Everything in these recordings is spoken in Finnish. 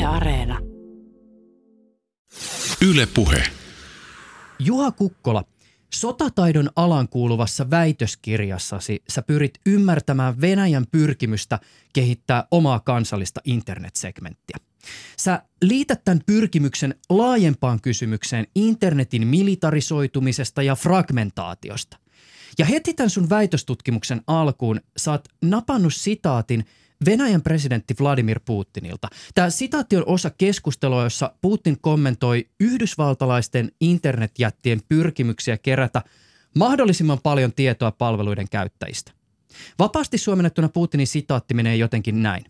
Areena. Yle Puhe. Juha Kukkola, sotataidon alan kuuluvassa väitöskirjassasi sä pyrit ymmärtämään Venäjän pyrkimystä kehittää omaa kansallista internetsegmenttiä. Sä liität tämän pyrkimyksen laajempaan kysymykseen internetin militarisoitumisesta ja fragmentaatiosta. Ja heti tämän sun väitöstutkimuksen alkuun sä oot napannut sitaatin Venäjän presidentti Vladimir Putinilta. Tämä sitaatti on osa keskustelua, jossa Putin kommentoi yhdysvaltalaisten internetjättien pyrkimyksiä kerätä mahdollisimman paljon tietoa palveluiden käyttäjistä. Vapaasti suomennettuna Putinin sitaatti menee jotenkin näin.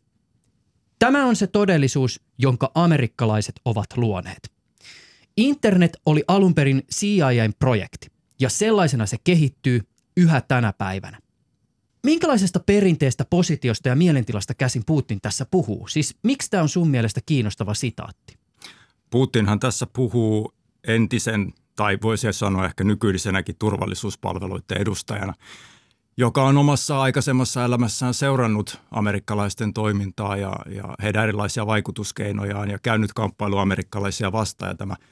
Tämä on se todellisuus, jonka amerikkalaiset ovat luoneet. Internet oli alun perin CIA:n projekti ja sellaisena se kehittyy yhä tänä päivänä. Minkälaisesta perinteestä, positiosta ja mielentilasta käsin Putin tässä puhuu? Siis miksi tämä on sun mielestä kiinnostava sitaatti? Putinhan tässä puhuu entisen, tai voisi sanoa ehkä nykyisenäkin turvallisuuspalveluiden edustajana, joka on omassa aikaisemmassa elämässään seurannut amerikkalaisten toimintaa ja heidän erilaisia vaikutuskeinojaan ja käynyt kamppailua amerikkalaisia vastaan. Ja tämä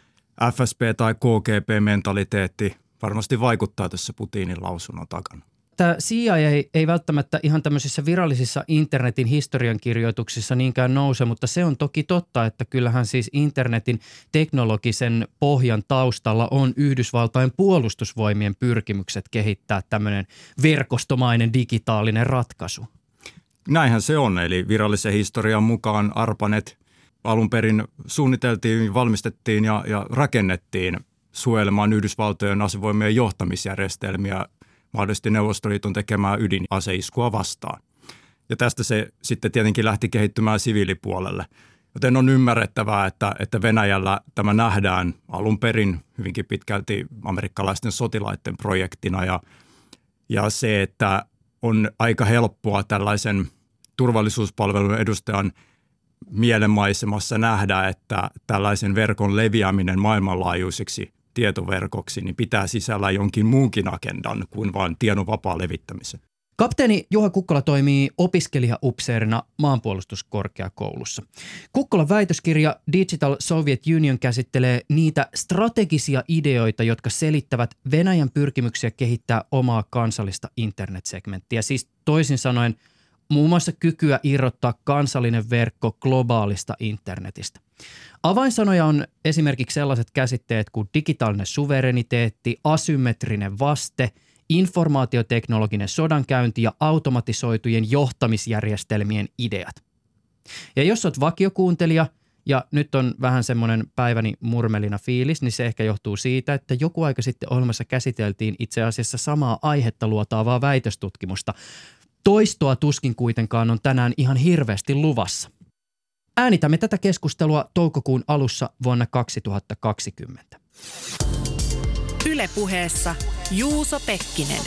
FSB- tai KGB-mentaliteetti varmasti vaikuttaa tässä Putinin lausunnon takana. Tämä CIA ei välttämättä ihan tämmöisissä virallisissa internetin historiankirjoituksissa niinkään nouse, mutta se on toki totta, että kyllähän siis internetin teknologisen pohjan taustalla on Yhdysvaltain puolustusvoimien pyrkimykset kehittää tämmöinen verkostomainen digitaalinen ratkaisu. Näinhän se on, eli virallisen historian mukaan ARPANET alun perin suunniteltiin, valmistettiin ja rakennettiin suojelemaan Yhdysvaltojen asevoimien johtamisjärjestelmiä mahdollisesti Neuvostoliiton tekemää ydinaseiskua vastaan. Ja tästä se sitten tietenkin lähti kehittymään siviilipuolelle. Joten on ymmärrettävää, että Venäjällä tämä nähdään alun perin hyvinkin pitkälti amerikkalaisten sotilaiden projektina. Ja se, että on aika helppoa tällaisen turvallisuuspalvelun edustajan mielenmaisemassa nähdä, että tällaisen verkon leviäminen maailmanlaajuiseksi tietoverkoksi, niin pitää sisällä jonkin muunkin agendan kuin vain tiedon vapaa levittämisen. Kapteeni Juha Kukkola toimii opiskelijaupseerina maanpuolustuskorkeakoulussa. Kukkolan väitöskirja Digital Soviet Union käsittelee niitä strategisia ideoita, jotka selittävät Venäjän pyrkimyksiä kehittää omaa kansallista internetsegmenttiä. Siis toisin sanoen muun muassa kykyä irrottaa kansallinen verkko globaalista internetistä. Avainsanoja on esimerkiksi sellaiset käsitteet kuin digitaalinen suvereniteetti, asymmetrinen vaste, informaatioteknologinen sodankäynti ja automatisoitujen johtamisjärjestelmien ideat. Ja jos olet vakiokuuntelija ja nyt on vähän semmoinen päiväni murmelina fiilis, niin se ehkä johtuu siitä, että joku aika sitten ohjelmassa käsiteltiin itse asiassa samaa aihetta luotaavaa väitöstutkimusta. Toistoa tuskin kuitenkaan on tänään ihan hirveästi luvassa. Äänitämme tätä keskustelua toukokuun alussa vuonna 2020. Yle Puheessa Juuso Pekkinen.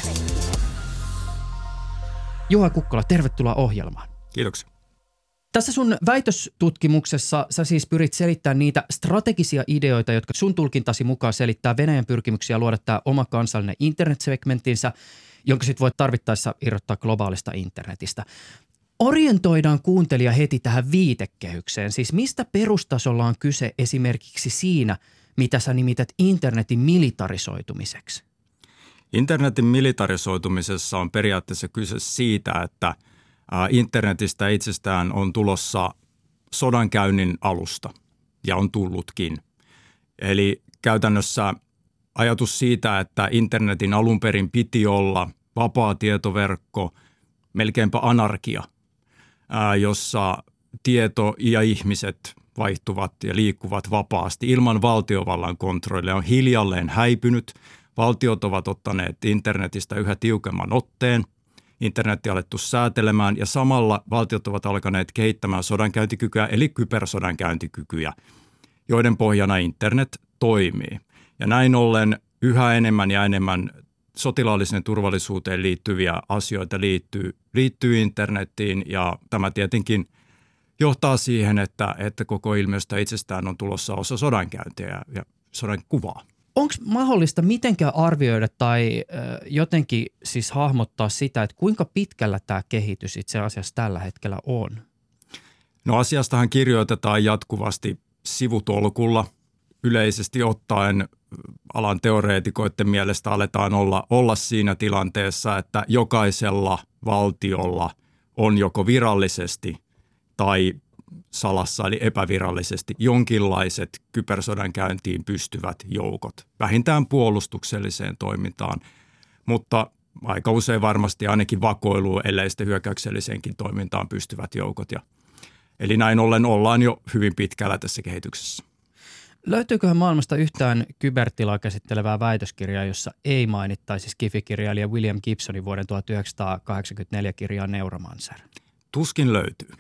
Juha Kukkola, tervetuloa ohjelmaan. Kiitoksia. Tässä sun väitöstutkimuksessa sä siis pyrit selittämään niitä strategisia ideoita, jotka sun tulkintasi mukaan selittää Venäjän pyrkimyksiä luoda tämä oma kansallinen internetsegmenttinsä, jonka sitten voit tarvittaessa irrottaa globaalista internetistä. Orientoidaan kuuntelija heti tähän viitekehykseen. Siis mistä perustasolla on kyse esimerkiksi siinä, mitä sä nimität internetin militarisoitumiseksi? Internetin militarisoitumisessa on periaatteessa kyse siitä, että internetistä itsestään on tulossa sodankäynnin alusta ja on tullutkin. Eli käytännössä ajatus siitä, että internetin alun perin piti olla vapaa tietoverkko, melkeinpä anarkia, jossa tieto ja ihmiset vaihtuvat ja liikkuvat vapaasti ilman valtiovallan kontrollia, on hiljalleen häipynyt. Valtiot ovat ottaneet internetistä yhä tiukemman otteen, internetti alettu säätelemään ja samalla valtiot ovat alkaneet kehittämään sodankäyntikykyä eli kybersodankäyntikykyä, joiden pohjana internet toimii. Ja näin ollen yhä enemmän ja enemmän sotilaalliseen turvallisuuteen liittyviä asioita liittyy internettiin ja tämä tietenkin johtaa siihen, että koko ilmiöstä itsestään on tulossa osa sodankäyntiä ja sodan kuvaa. Onko mahdollista mitenkään arvioida tai jotenkin siis hahmottaa sitä, että kuinka pitkällä tämä kehitys itse asiassa tällä hetkellä on? No asiastahan kirjoitetaan jatkuvasti sivutolkulla. Yleisesti ottaen alan teoreetikoiden mielestä aletaan olla siinä tilanteessa, että jokaisella valtiolla on joko virallisesti tai salassa eli epävirallisesti jonkinlaiset kybersodankäyntiin pystyvät joukot, vähintään puolustukselliseen toimintaan, mutta aika usein varmasti ainakin vakoiluun, ellei sitten hyökkäykselliseenkin toimintaan pystyvät joukot. Eli näin ollen ollaan jo hyvin pitkällä tässä kehityksessä. Löytyyköhän maailmasta yhtään kybertilaa käsittelevää väitöskirjaa, jossa ei mainittaisi skifikirjailija William Gibsonin vuoden 1984 kirjaa Neuromancer? Tuskin löytyy.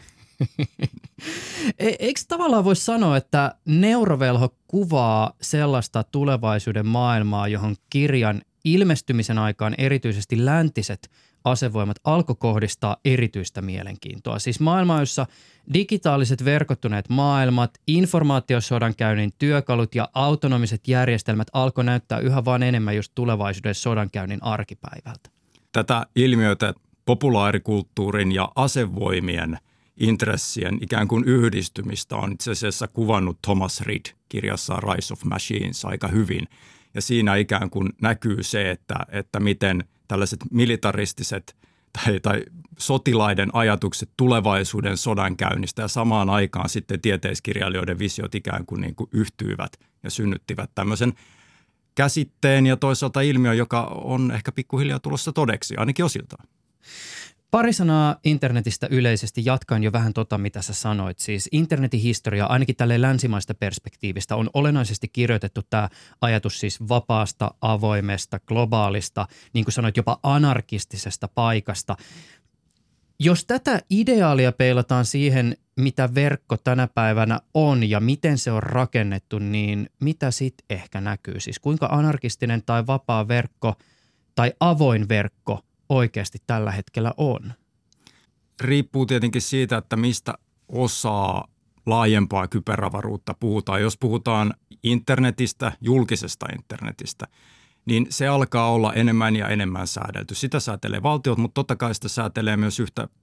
Eikö tavallaan voi sanoa, että Neurovelho kuvaa sellaista tulevaisuuden maailmaa, johon kirjan ilmestymisen aikaan erityisesti läntiset asevoimat alkoi kohdistaa erityistä mielenkiintoa. Siis maailma, jossa digitaaliset verkottuneet maailmat, informaatiosodankäynnin työkalut ja autonomiset järjestelmät alkoi näyttää yhä vaan enemmän just tulevaisuuden sodankäynnin arkipäivältä. Tätä ilmiötä populaarikulttuurin ja asevoimien intressien ikään kuin yhdistymistä on itse asiassa kuvannut Thomas Reed kirjassaan Rise of Machines aika hyvin. Ja siinä ikään kuin näkyy se, että miten tällaiset militaristiset tai sotilaiden ajatukset tulevaisuuden sodankäynnistä ja samaan aikaan sitten tieteiskirjailijoiden visiot ikään kuin, yhtyivät ja synnyttivät tämmöisen käsitteen ja toisaalta ilmiö, joka on ehkä pikkuhiljaa tulossa todeksi, ainakin osiltaan. Pari sanaa internetistä yleisesti, jatkan jo vähän mitä sä sanoit. Siis internetin historia, ainakin tälleen länsimaista perspektiivistä, on olennaisesti kirjoitettu tämä ajatus siis vapaasta, avoimesta, globaalista, niin kuin sanoit, jopa anarkistisesta paikasta. Jos tätä ideaalia peilataan siihen, mitä verkko tänä päivänä on ja miten se on rakennettu, niin mitä sitten ehkä näkyy? Siis kuinka anarkistinen tai vapaa verkko tai avoin verkko oikeasti tällä hetkellä on? Riippuu tietenkin siitä, että mistä osaa laajempaa kyberavaruutta puhutaan. Jos puhutaan internetistä, julkisesta internetistä, niin se alkaa olla enemmän ja enemmän säädelty. Sitä säätelee valtiot, mutta totta kai sitä säätelee myös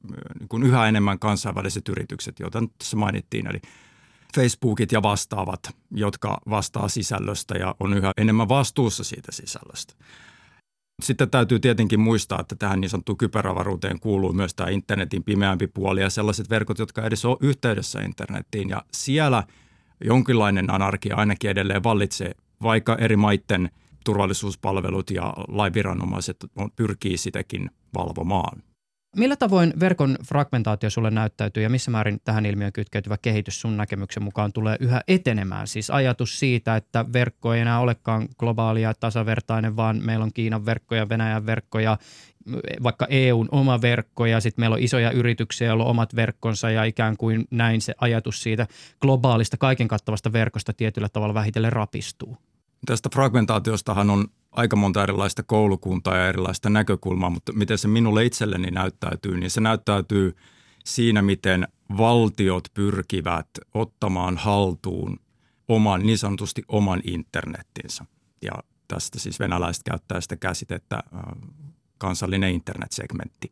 yhä enemmän kansainväliset yritykset, joita nyt tässä mainittiin, eli Facebookit ja vastaavat, jotka vastaa sisällöstä ja on yhä enemmän vastuussa siitä sisällöstä. Sitten täytyy tietenkin muistaa, että tähän niin sanottuun kyberavaruuteen kuuluu myös tämä internetin pimeämpi puoli ja sellaiset verkot, jotka edes ole yhteydessä internettiin. Ja siellä jonkinlainen anarkia ainakin edelleen vallitsee, vaikka eri maiden turvallisuuspalvelut ja lainviranomaiset pyrkii sitäkin valvomaan. Millä tavoin verkon fragmentaatio sulle näyttäytyy ja missä määrin tähän ilmiöön kytkeytyvä kehitys sun näkemyksen mukaan tulee yhä etenemään? Siis ajatus siitä, että verkko ei enää olekaan globaali ja tasavertainen, vaan meillä on Kiinan verkko ja Venäjän verkko ja vaikka EUn oma verkko ja sitten meillä on isoja yrityksiä, joilla on omat verkkonsa ja ikään kuin näin se ajatus siitä globaalista kaiken kattavasta verkosta tietyllä tavalla vähitellen rapistuu. Tästä fragmentaatiostahan on aika monta erilaista koulukuntaa ja erilaista näkökulmaa, mutta miten se minulle itselleni näyttäytyy, niin se näyttäytyy siinä, miten valtiot pyrkivät ottamaan haltuun niin sanotusti oman internettinsä. Ja tästä siis venäläiset käyttää sitä käsitettä kansallinen internetsegmentti.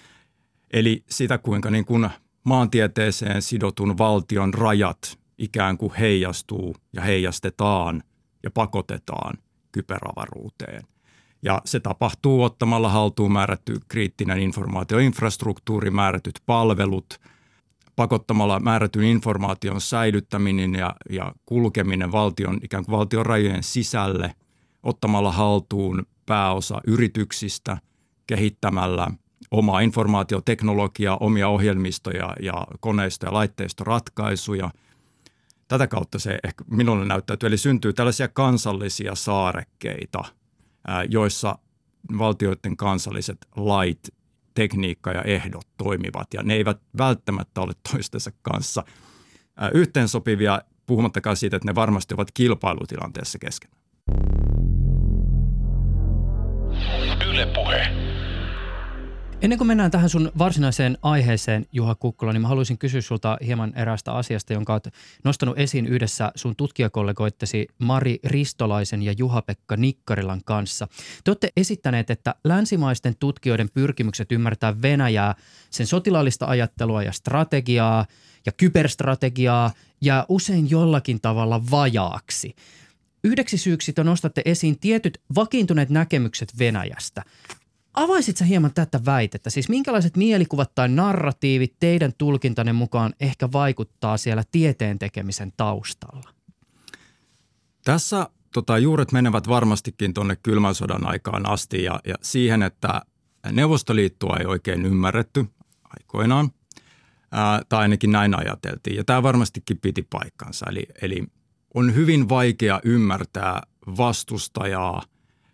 Eli sitä, kuinka niin kuin maantieteeseen sidotun valtion rajat ikään kuin heijastuu ja heijastetaan ja pakotetaan kyberavaruuteen. Ja se tapahtuu ottamalla haltuun määrätty kriittinen informaatioinfrastruktuuri, määrätyt palvelut, pakottamalla määrätyn informaation säilyttäminen ja kulkeminen ikään kuin valtion rajojen sisälle, ottamalla haltuun pääosa yrityksistä, kehittämällä omaa informaatioteknologiaa, omia ohjelmistoja ja koneisto- ja laitteistoratkaisuja. Tätä kautta se ehkä minulle näyttäytyy, eli syntyy tällaisia kansallisia saarekkeita, joissa valtioiden kansalliset lait, tekniikka ja ehdot toimivat, ja ne eivät välttämättä ole toistensa kanssa yhteensopivia, puhumattakaan siitä, että ne varmasti ovat kilpailutilanteessa keskenään. Yle Puhe. Ennen kuin mennään tähän sun varsinaiseen aiheeseen, Juha Kukkola, niin mä haluaisin kysyä sulta hieman eräästä asiasta, jonka olet nostanut esiin yhdessä sun tutkijakollegoittesi Mari Ristolaisen ja Juha-Pekka Nikkarilan kanssa. Te olette esittäneet, että länsimaisten tutkijoiden pyrkimykset ymmärtää Venäjää, sen sotilaallista ajattelua ja strategiaa ja kyberstrategiaa ja usein jollakin tavalla vajaaksi. Yhdeksi syyksi te nostatte esiin tietyt vakiintuneet näkemykset Venäjästä. Avaisit sä hieman tätä väitettä? Siis minkälaiset mielikuvat tai narratiivit teidän tulkintanne mukaan ehkä vaikuttaa siellä tieteen tekemisen taustalla? Tässä juuret menevät varmastikin tuonne kylmän sodan aikaan asti ja siihen, että Neuvostoliittoa ei oikein ymmärretty aikoinaan, tai ainakin näin ajateltiin. Ja tämä varmastikin piti paikkansa. Eli on hyvin vaikea ymmärtää vastustajaa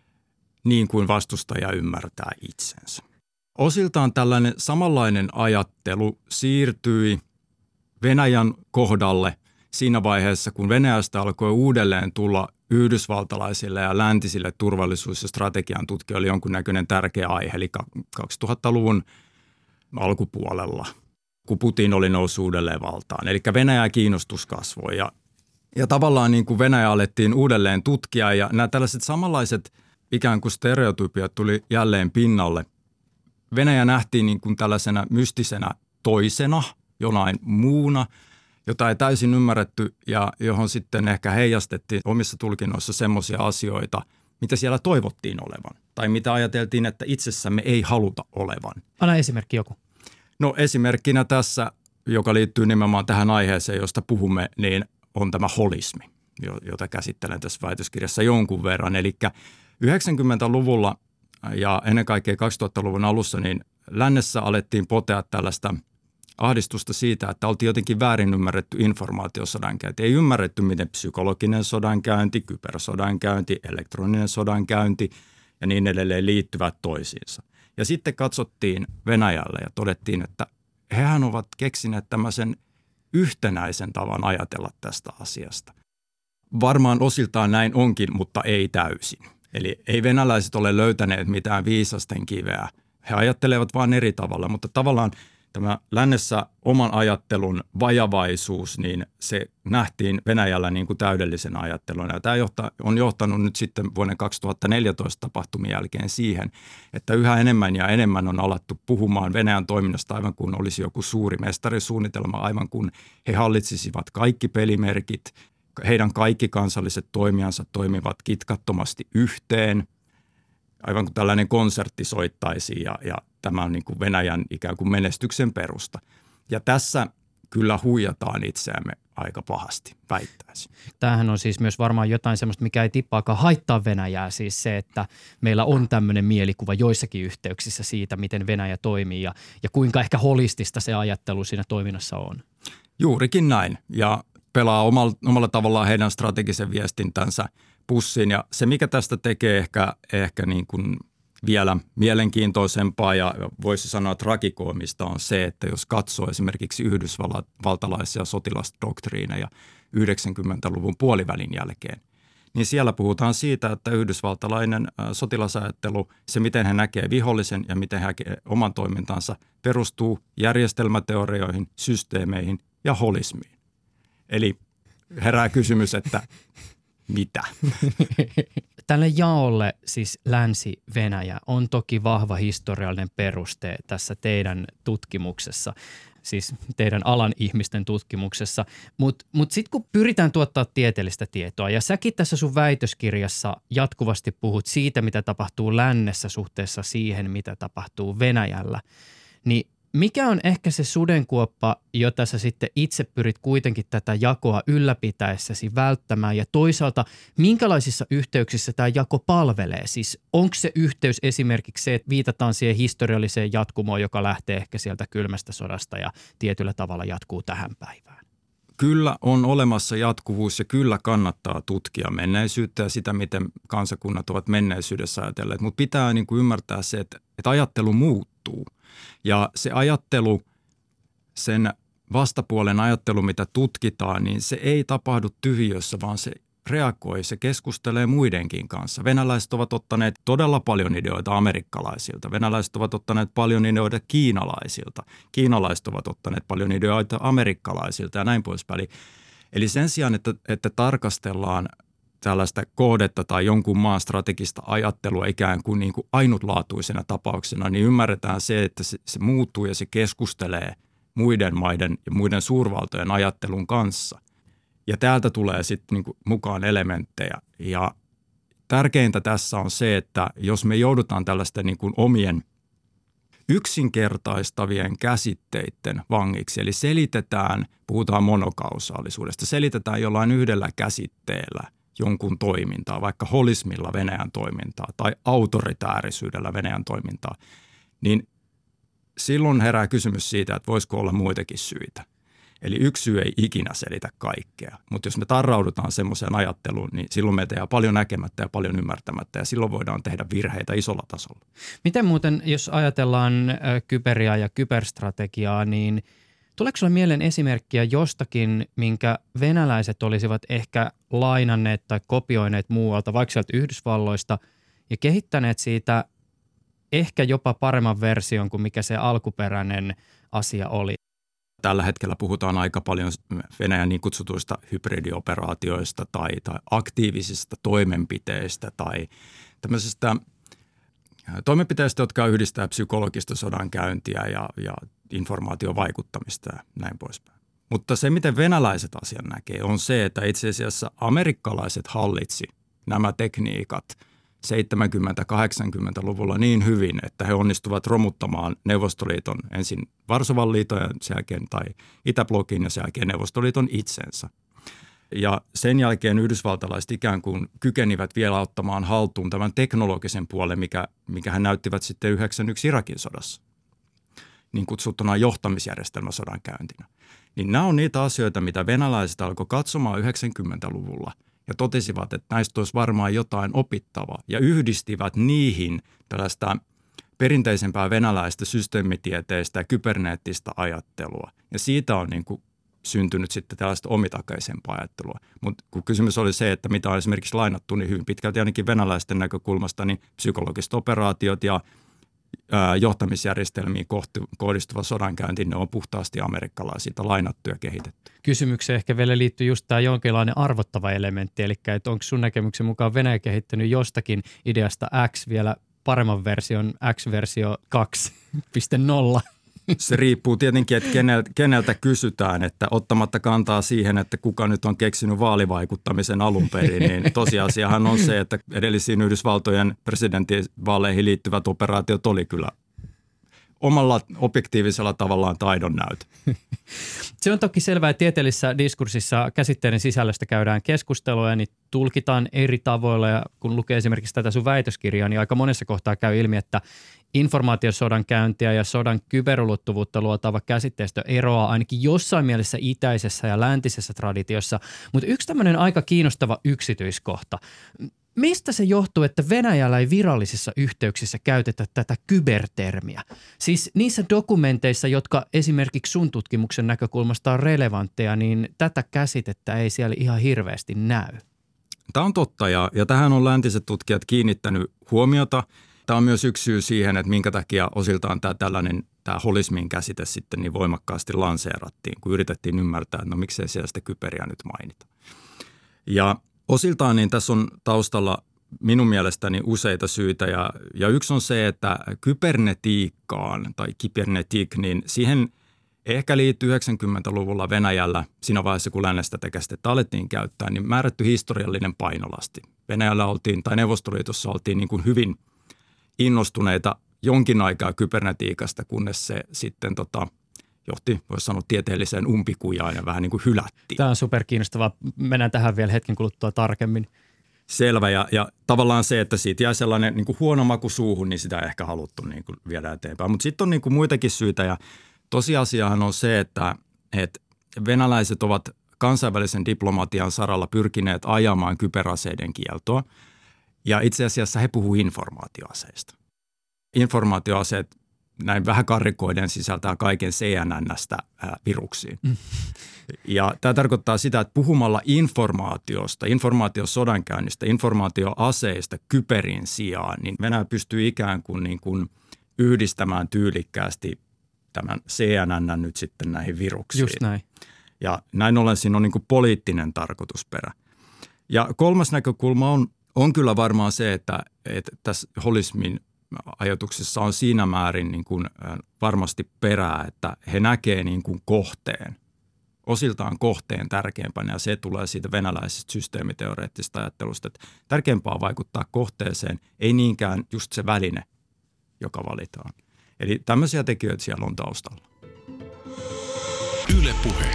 niin kuin vastustaja ymmärtää itsensä. Osiltaan tällainen samanlainen ajattelu siirtyi Venäjän kohdalle siinä vaiheessa, kun Venäjästä alkoi uudelleen tulla yhdysvaltalaisille ja läntisille turvallisuus- ja strategian tutkijoille jonkunnäköinen tärkeä aihe, eli 2000-luvun alkupuolella, kun Putin oli noussut uudelleen valtaan. Eli Venäjän kiinnostus kasvoi ja tavallaan niin kuin Venäjä alettiin uudelleen tutkia ja nämä tällaiset samanlaiset ikään kuin stereotypiat tuli jälleen pinnalle. Venäjä nähtiin niin kuin tällaisena mystisenä toisena, jonain muuna, jota ei täysin ymmärretty ja johon sitten ehkä heijastettiin omissa tulkinnoissa semmoisia asioita, mitä siellä toivottiin olevan tai mitä ajateltiin, että itsessämme ei haluta olevan. Anna esimerkki joku. No esimerkkinä tässä, joka liittyy nimenomaan tähän aiheeseen, josta puhumme, niin on tämä holismi, jota käsittelen tässä väitöskirjassa jonkun verran. Eli 90-luvulla ja ennen kaikkea 2000-luvun alussa niin lännessä alettiin potea tällaista ahdistusta siitä, että oltiin jotenkin väärin ymmärretty informaatiosodankäynti. Ei ymmärretty, miten psykologinen sodankäynti, kybersodankäynti, elektroninen sodankäynti ja niin edelleen liittyvät toisiinsa. Ja sitten katsottiin Venäjälle ja todettiin, että hehän ovat keksineet tämmöisen yhtenäisen tavan ajatella tästä asiasta. Varmaan osiltaan näin onkin, mutta ei täysin. Eli ei venäläiset ole löytäneet mitään viisasten kiveä. He ajattelevat vain eri tavalla, mutta tavallaan tämä lännessä oman ajattelun vajavaisuus, niin se nähtiin Venäjällä niin kuin täydellisenä ajatteluna. Ja tämä on johtanut nyt sitten vuoden 2014 tapahtumien jälkeen siihen, että yhä enemmän ja enemmän on alettu puhumaan Venäjän toiminnasta aivan kuin olisi joku suuri mestarisuunnitelma, aivan kuin he hallitsisivat kaikki pelimerkit. Heidän kaikki kansalliset toimijansa toimivat kitkattomasti yhteen, aivan kuin tällainen konsertti soittaisi ja tämä on niin kuin Venäjän ikään kuin menestyksen perusta. Ja tässä kyllä huijataan itseämme aika pahasti, väittäisin. Tämähän on siis myös varmaan jotain sellaista, mikä ei tippaakaan haittaa Venäjää, siis se, että meillä on tämmöinen mielikuva joissakin yhteyksissä siitä, miten Venäjä toimii ja kuinka ehkä holistista se ajattelu siinä toiminnassa on. Juurikin näin ja pelaa omalla tavallaan heidän strategisen viestintänsä pussiin ja se, mikä tästä tekee ehkä niin kuin vielä mielenkiintoisempaa ja voisi sanoa tragikoomista on se, että jos katsoo esimerkiksi yhdysvaltalaisia sotilasdoktriineja 90-luvun puolivälin jälkeen, niin siellä puhutaan siitä, että yhdysvaltalainen sotilasajattelu, se miten he näkee vihollisen ja miten he näkee oman toimintansa, perustuu järjestelmäteorioihin, systeemeihin ja holismiin. Eli herää kysymys, että mitä? Tälle jaolle siis Länsi-Venäjä on toki vahva historiallinen peruste tässä teidän tutkimuksessa, siis teidän alan ihmisten tutkimuksessa, mutta sitten kun pyritään tuottaa tieteellistä tietoa ja säkin tässä sun väitöskirjassa jatkuvasti puhut siitä, mitä tapahtuu lännessä suhteessa siihen, mitä tapahtuu Venäjällä, niin mikä on ehkä se sudenkuoppa, jota sä sitten itse pyrit kuitenkin tätä jakoa ylläpitäessäsi välttämään ja toisaalta minkälaisissa yhteyksissä tämä jako palvelee? Siis onko se yhteys esimerkiksi se, että viitataan siihen historialliseen jatkumoon, joka lähtee ehkä sieltä kylmästä sodasta ja tietyllä tavalla jatkuu tähän päivään? Kyllä on olemassa jatkuvuus ja kyllä kannattaa tutkia menneisyyttä ja sitä, miten kansakunnat ovat menneisyydessä ajatelleet, mutta pitää niin kuin ymmärtää se, että ajattelu muuttuu. Ja se ajattelu, sen vastapuolen ajattelu, mitä tutkitaan, niin se ei tapahdu tyhjössä, vaan se reagoi, se keskustelee muidenkin kanssa. Venäläiset ovat ottaneet todella paljon ideoita amerikkalaisilta. Venäläiset ovat ottaneet paljon ideoita kiinalaisilta. Kiinalaiset ovat ottaneet paljon ideoita amerikkalaisilta ja näin poispäin. Eli sen sijaan, että tarkastellaan tällaista kohdetta tai jonkun maan strategista ajattelua ikään kuin, ainutlaatuisena tapauksena, niin ymmärretään se, että se muuttuu ja se keskustelee muiden maiden ja muiden suurvaltojen ajattelun kanssa. Ja täältä tulee sitten mukaan elementtejä. Ja tärkeintä tässä on se, että jos me joudutaan tällaisten omien yksinkertaistavien käsitteiden vangiksi, eli puhutaan monokausaalisuudesta, selitetään jollain yhdellä käsitteellä jonkun toimintaa, vaikka holismilla Venäjän toimintaa tai autoritäärisyydellä Venäjän toimintaa, niin silloin herää kysymys siitä, että voisiko olla muitakin syitä. Eli yksi syy ei ikinä selitä kaikkea, mutta jos me tarraudutaan semmoiseen ajatteluun, niin silloin meitä jää paljon näkemättä ja paljon ymmärtämättä ja silloin voidaan tehdä virheitä isolla tasolla. Miten muuten, jos ajatellaan kyberiä ja kyberstrategiaa, niin tuleeko sinulle mieleen esimerkkiä jostakin, minkä venäläiset olisivat ehkä lainanneet tai kopioineet muualta, vaikka sieltä Yhdysvalloista, ja kehittäneet siitä ehkä jopa paremman version kuin mikä se alkuperäinen asia oli? Tällä hetkellä puhutaan aika paljon Venäjän niin kutsutuista hybridioperaatioista tai aktiivisista toimenpiteistä tai tämmöisistä toimenpiteistä, jotka yhdistää psykologista sodankäyntiä ja informaatiovaikuttamista ja näin poispäin. Mutta se, miten venäläiset asian näkee, on se, että itse asiassa amerikkalaiset hallitsi nämä tekniikat 70-80-luvulla niin hyvin, että he onnistuvat romuttamaan Neuvostoliiton ensin Varsovan liiton ja sen jälkeen tai Itäblokin ja sen jälkeen Neuvostoliiton itsensä. Ja sen jälkeen yhdysvaltalaiset ikään kuin kykenivät vielä ottamaan haltuun tämän teknologisen puolen, mikä he näyttivät sitten 91 Irakin sodassa, niin kutsuttuna johtamisjärjestelmäsodan käyntinä. Niin nämä on niitä asioita, mitä venäläiset alkoi katsomaan 90-luvulla ja totesivat, että näistä olisi varmaan jotain opittavaa ja yhdistivät niihin tällaista perinteisempää venäläistä systeemitieteistä ja kyberneettistä ajattelua. Ja siitä on syntynyt sitten tällaista omitakaisempaa ajattelua. Mutta kun kysymys oli se, että mitä on esimerkiksi lainattu, niin hyvin pitkälti ainakin venäläisten näkökulmasta, niin psykologiset operaatiot ja johtamisjärjestelmiin kohdistuva sodankäynti, ne on puhtaasti amerikkalaisilta lainattu ja kehitetty. Kysymykseen ehkä vielä liittyy just tämä jonkinlainen arvottava elementti, eli että onko sun näkemyksen mukaan Venäjä kehittänyt jostakin ideasta X vielä paremman version, X-versio 2.0? Se riippuu tietenkin, että keneltä kysytään, että ottamatta kantaa siihen, että kuka nyt on keksinyt vaalivaikuttamisen alun perin, niin tosiasiahan on se, että edellisiin Yhdysvaltojen presidentinvaaleihin liittyvät operaatiot oli kyllä omalla objektiivisella tavallaan taidon näytö. Se on toki selvää, että tieteellisessä diskurssissa käsitteiden sisällöstä käydään keskustelua ja niitä tulkitaan eri tavoilla ja kun lukee esimerkiksi tätä sun väitöskirjaa, niin aika monessa kohtaa käy ilmi, että informaatiosodan käyntiä ja sodan kyberulottuvuutta luotava käsitteistö eroaa ainakin jossain mielessä itäisessä ja läntisessä traditiossa, mutta yksi tämmöinen aika kiinnostava yksityiskohta. Mistä se johtuu, että Venäjällä ei virallisissa yhteyksissä käytetä tätä kybertermiä? Siis niissä dokumenteissa, jotka esimerkiksi sun tutkimuksen näkökulmasta on relevantteja, niin tätä käsitettä ei siellä ihan hirveästi näy. Tämä on totta ja tähän on läntiset tutkijat kiinnittänyt huomiota. Tämä on myös yksi syy siihen, että minkä takia osiltaan tämä holismin käsite sitten niin voimakkaasti lanseerattiin, kun yritettiin ymmärtää, että no miksei siellä sitä kyberiä nyt mainita. Ja osiltaan niin tässä on taustalla minun mielestäni useita syitä ja yksi on se, että kybernetiikkaan tai kybernetik, niin siihen ehkä liittyy 90-luvulla Venäjällä siinä vaiheessa, kun lännestä käsitettä alettiin käyttää, niin määrätty historiallinen painolasti. Venäjällä oltiin tai Neuvostoliitossa oltiin niin kuin hyvin innostuneita jonkin aikaa kybernetiikasta, kunnes se sitten johti, voisi sanoa, tieteelliseen umpikujaan ja vähän niin kuin hylättiin. Tämä on superkiinnostavaa. Mennään tähän vielä hetken kuluttua tarkemmin. Selvä ja tavallaan se, että siitä jäi sellainen niin kuin huono maku suuhun, niin sitä ei ehkä haluttu niin kuin viedä eteenpäin. Mutta sitten on niin kuin muitakin syitä ja tosiasiahan on se, että venäläiset ovat kansainvälisen diplomatian saralla pyrkineet ajamaan kyberaseiden kieltoa. Ja itse asiassa he puhuu informaatioaseista. Informaatioaseet näin vähän karrikoiden sisältää kaiken CNN:stä viruksiin. Ja tämä tarkoittaa sitä, että puhumalla informaatiosta, informaatiosodankäynnistä, informaatioaseista kyberin sijaan, niin Venäjä pystyy ikään kuin yhdistämään tyylikkäästi tämän CNN nyt sitten näihin viruksiin. Just näin. Ja näin ollen siinä on niin kuin poliittinen tarkoitusperä. Ja kolmas näkökulma on kyllä varmaan se, että tässä holismin ajatuksessa on siinä määrin niin kuin varmasti perää, että he näkee niin kuin kohteen, osiltaan kohteen tärkeimpänä, ja se tulee siitä venäläisestä systeemiteoreettisesta ajattelusta, että tärkeämpää on vaikuttaa kohteeseen, ei niinkään just se väline, joka valitaan. Eli tämmöisiä tekijöitä siellä on taustalla. Yle Puhe.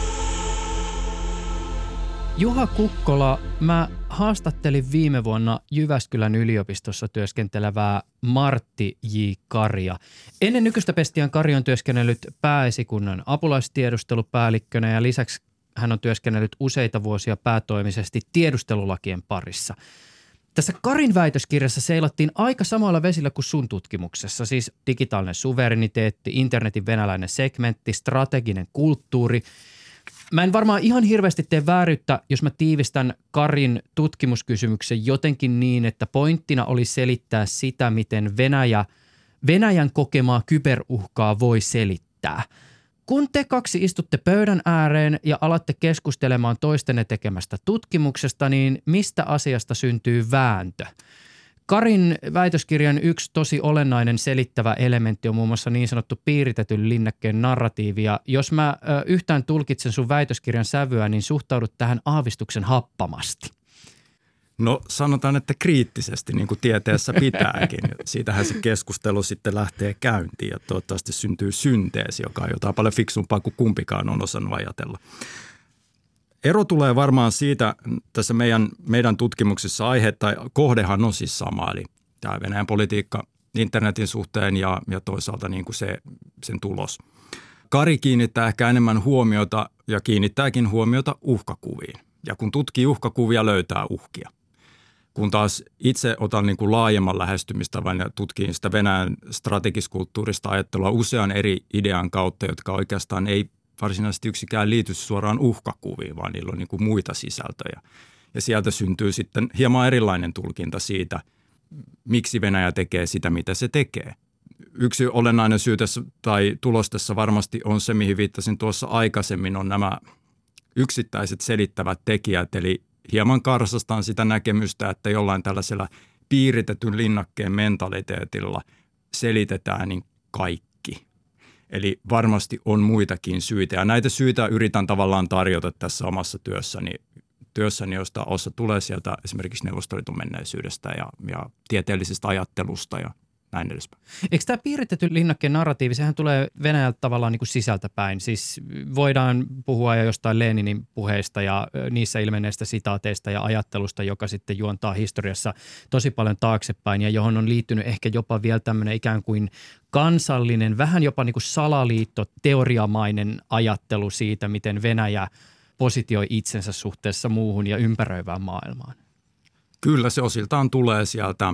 Juha Kukkola, mä haastattelin viime vuonna Jyväskylän yliopistossa työskentelevää Martti J. Karia. Ennen nykyistä pestiään Kari on työskennellyt pääesikunnan apulaistiedustelupäällikkönä ja lisäksi hän on työskennellyt useita vuosia päätoimisesti tiedustelulakien parissa. Tässä Karin väitöskirjassa seilattiin aika samoilla vesillä kuin sun tutkimuksessa, siis digitaalinen suvereniteetti, internetin venäläinen segmentti, strateginen kulttuuri. Mä en varmaan ihan hirveästi tee vääryyttä, jos mä tiivistän Karin tutkimuskysymyksen jotenkin niin, että pointtina oli selittää sitä, miten Venäjän kokemaa kyberuhkaa voi selittää. Kun te kaksi istutte pöydän ääreen ja alatte keskustelemaan toistenne tekemästä tutkimuksesta, niin mistä asiasta syntyy vääntö? Karin väitöskirjan yksi tosi olennainen selittävä elementti on muun muassa niin sanottu piiritetyn linnakkeen narratiivi. Ja jos mä yhtään tulkitsen sun väitöskirjan sävyä, niin suhtaudut tähän aavistuksen happamasti. No sanotaan, että kriittisesti, niin kuin tieteessä pitääkin. Siitähän se keskustelu sitten lähtee käyntiin ja toivottavasti syntyy synteesi, joka on jotain paljon fiksumpaa kuin kumpikaan on osannut ajatella. Ero tulee varmaan siitä, tässä meidän tutkimuksissa aihe tai kohdehan on siis sama, eli tämä Venäjän politiikka internetin suhteen ja toisaalta niin kuin sen tulos. Kari kiinnittää ehkä enemmän huomiota ja kiinnittääkin huomiota uhkakuviin. Ja kun tutkii uhkakuvia, löytää uhkia. Kun taas itse otan niin kuin laajemman lähestymistavan ja tutkin sitä Venäjän strategiskulttuurista ajattelua usean eri idean kautta, jotka oikeastaan ei varsinaisesti yksikään liity suoraan uhkakuviin, vaan niillä on niin kuin muita sisältöjä. Ja sieltä syntyy sitten hieman erilainen tulkinta siitä, miksi Venäjä tekee sitä, mitä se tekee. Yksi olennainen syy tässä tai tulos tässä varmasti on se, mihin viittasin tuossa aikaisemmin, on nämä yksittäiset selittävät tekijät, eli hieman karsastaan sitä näkemystä, että jollain tällaisella piiritetyn linnakkeen mentaliteetilla selitetään niin kaikki. Eli varmasti on muitakin syitä ja näitä syitä yritän tavallaan tarjota tässä omassa työssäni, josta osa tulee sieltä esimerkiksi Neuvostoliiton menneisyydestä ja tieteellisestä ajattelusta ja näin edespäin. Eikö tämä piiritetty linnakkeen narratiivi, sehän tulee Venäjältä tavallaan niin kuin sisältä päin. Siis voidaan puhua jostain Leninin puheista ja niissä ilmenneistä sitaateista ja ajattelusta, joka sitten juontaa historiassa tosi paljon taaksepäin ja johon on liittynyt ehkä jopa vielä tämmöinen ikään kuin kansallinen, vähän jopa niin kuin salaliittoteoriamainen ajattelu siitä, miten Venäjä positioi itsensä suhteessa muuhun ja ympäröivään maailmaan. Kyllä se osiltaan tulee sieltä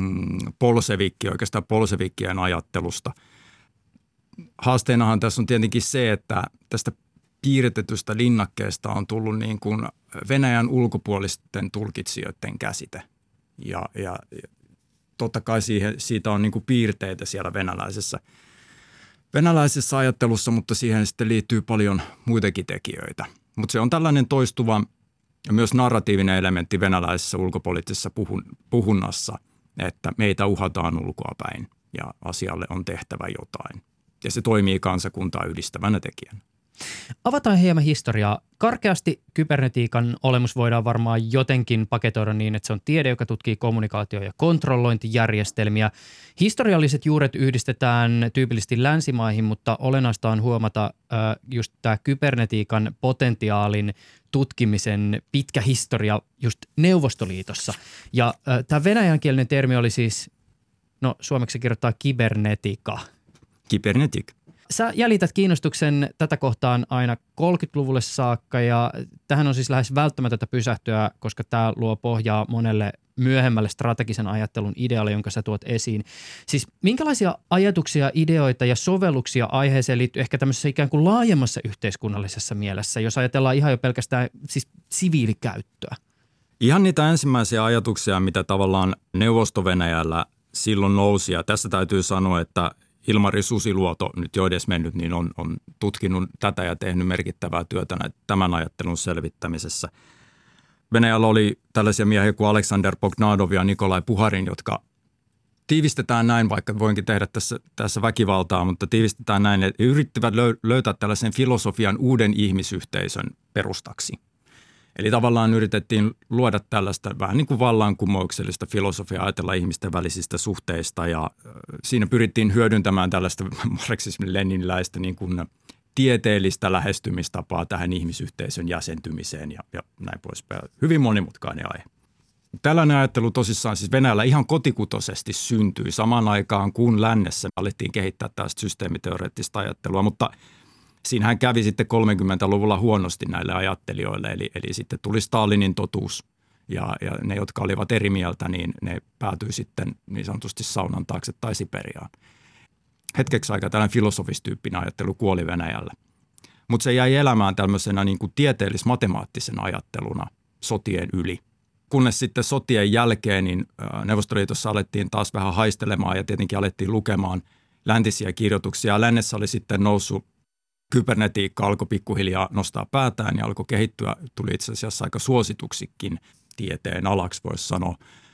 bolsevikkien ajattelusta. Haasteenahan tässä on tietenkin se, että tästä piiritetystä linnakkeesta on tullut niin kuin Venäjän ulkopuolisten tulkitsijoiden käsite. Ja totta kai siitä on niin kuin piirteitä siellä venäläisessä ajattelussa, mutta siihen sitten liittyy paljon muitakin tekijöitä. Mutta se on tällainen toistuva ja myös narratiivinen elementti venäläisessä ulkopoliittisessa puhunnassa, että meitä uhataan ulkoapäin ja asialle on tehtävä jotain. Ja se toimii kansakuntaa yhdistävänä tekijänä. Avataan hieman historiaa. Karkeasti kybernetiikan olemus voidaan varmaan jotenkin paketoida niin, että se on tiede, joka tutkii kommunikaatio- ja kontrollointijärjestelmiä. Historialliset juuret yhdistetään tyypillisesti länsimaihin, mutta olennaista on huomata just tämä kybernetiikan potentiaalin tutkimisen pitkä historia just Neuvostoliitossa. Ja tämä venäjänkielinen termi oli siis, no suomeksi kirjoittaa kibernetika. Kibernetik. Sä jäljität kiinnostuksen tätä kohtaan aina 30-luvulle saakka ja tähän on siis lähes välttämätöntä pysähtyä, koska tämä luo pohjaa monelle myöhemmälle strategisen ajattelun idealle, jonka sä tuot esiin. Siis minkälaisia ajatuksia, ideoita ja sovelluksia aiheeseen liittyy ehkä tämmöisessä ikään kuin laajemmassa yhteiskunnallisessa mielessä, jos ajatellaan ihan jo pelkästään siis siviilikäyttöä? Ihan niitä ensimmäisiä ajatuksia, mitä tavallaan Neuvosto-Venäjällä silloin nousi, ja tässä täytyy sanoa, että Ilmari Susiluoto, nyt jo edes mennyt, niin on tutkinut tätä ja tehnyt merkittävää työtä tämän ajattelun selvittämisessä. Venäjällä oli tällaisia miehiä kuin Aleksander Bogdanov ja Nikolai Puharin, jotka tiivistetään näin, vaikka voinkin tehdä tässä väkivaltaa, mutta tiivistetään näin, että yrittivät löytää tällaisen filosofian uuden ihmisyhteisön perustaksi. Eli tavallaan yritettiin luoda tällaista vähän niin kuin vallankumouksellista filosofiaa, ajatella ihmisten välisistä suhteista ja siinä pyrittiin hyödyntämään tällaista marksismin-leniniläistä niin kuin tieteellistä lähestymistapaa tähän ihmisyhteisön jäsentymiseen ja näin poispäin. Hyvin monimutkainen aihe. Tällainen ajattelu tosissaan siis Venäjällä ihan kotikutoisesti syntyi samaan aikaan, kun lännessä alettiin kehittää tällaista systeemiteoreettista ajattelua, mutta siinähän kävi sitten 30-luvulla huonosti näille ajattelijoille, eli sitten tuli Stalinin totuus ja ne, jotka olivat eri mieltä, niin ne päätyi sitten niin sanotusti saunan taakse tai Siperiaan. Hetkeksi aikaa tällainen filosofistyyppinen ajattelu kuoli Venäjällä, mutta se jäi elämään tämmöisenä niin kuin tieteellis-matemaattisena ajatteluna sotien yli. Kunnes sitten sotien jälkeen niin Neuvostoliitossa alettiin taas vähän haistelemaan ja tietenkin alettiin lukemaan läntisiä kirjoituksia. Lännessä oli sitten noussut kybernetiikka, alkoi pikkuhiljaa nostaa päätään ja alkoi kehittyä, tuli itse asiassa aika suosituksikin tieteen alaksi voisi sanoa.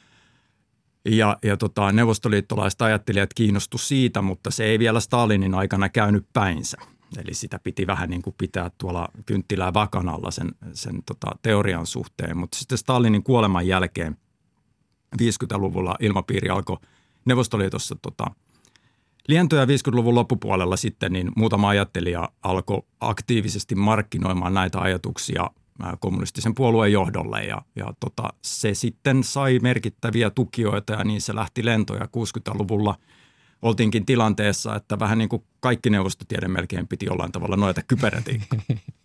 Ja neuvostoliittolaiset ajattelijat kiinnostu siitä, mutta se ei vielä Stalinin aikana käynyt päinsä. Eli sitä piti vähän niin kuin pitää tuolla kynttilää vakan alla sen teorian suhteen. Mutta sitten Stalinin kuoleman jälkeen 50-luvulla ilmapiiri alkoi Neuvostoliitossa lientyä 50-luvun loppupuolella sitten, niin muutama ajattelija alkoi aktiivisesti markkinoimaan näitä ajatuksia kommunistisen puolueen johdolle ja se sitten sai merkittäviä tukijoita ja niin se lähti lentoja 60-luvulla. Oltiinkin tilanteessa, että vähän niin kuin kaikki neuvostotiede melkein piti jollain tavalla nojata kybernetiikkaan.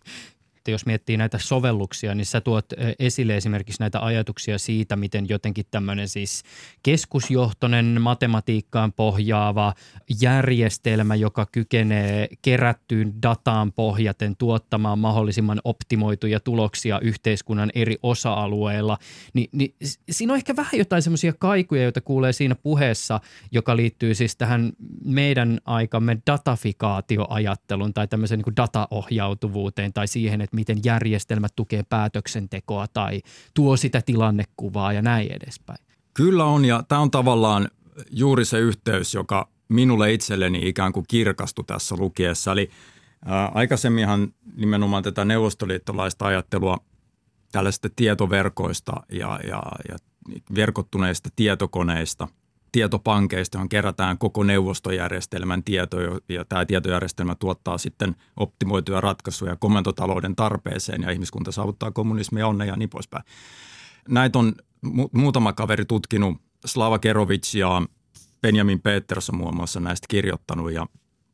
Jos miettii näitä sovelluksia, niin sä tuot esille esimerkiksi näitä ajatuksia siitä, miten jotenkin tämmöinen siis keskusjohtoinen matematiikkaan pohjaava järjestelmä, joka kykenee kerättyyn dataan pohjaten tuottamaan mahdollisimman optimoituja tuloksia yhteiskunnan eri osa-alueilla, niin siinä on ehkä vähän jotain semmoisia kaikuja, joita kuulee siinä puheessa, joka liittyy siis tähän meidän aikamme datafikaatioajatteluun tai tämmöiseen niin kuin dataohjautuvuuteen tai siihen, että miten järjestelmät tukee päätöksentekoa tai tuo sitä tilannekuvaa ja näin edespäin. Kyllä on, ja tämä on tavallaan juuri se yhteys, joka minulle itselleni ikään kuin kirkastui tässä lukiessa. Eli aikaisemminhan nimenomaan tätä neuvostoliittolaista ajattelua tällaisista tietoverkoista ja verkottuneista tietokoneista, tietopankeista, johon kerätään koko neuvostojärjestelmän tieto ja tämä tietojärjestelmä tuottaa sitten optimoituja ratkaisuja komentotalouden tarpeeseen ja ihmiskunta saavuttaa kommunismia, onnen ja niin poispäin. Näitä on muutama kaveri tutkinut, Slava Kerovich ja Benjamin Peterson muun muassa näistä kirjoittanut ja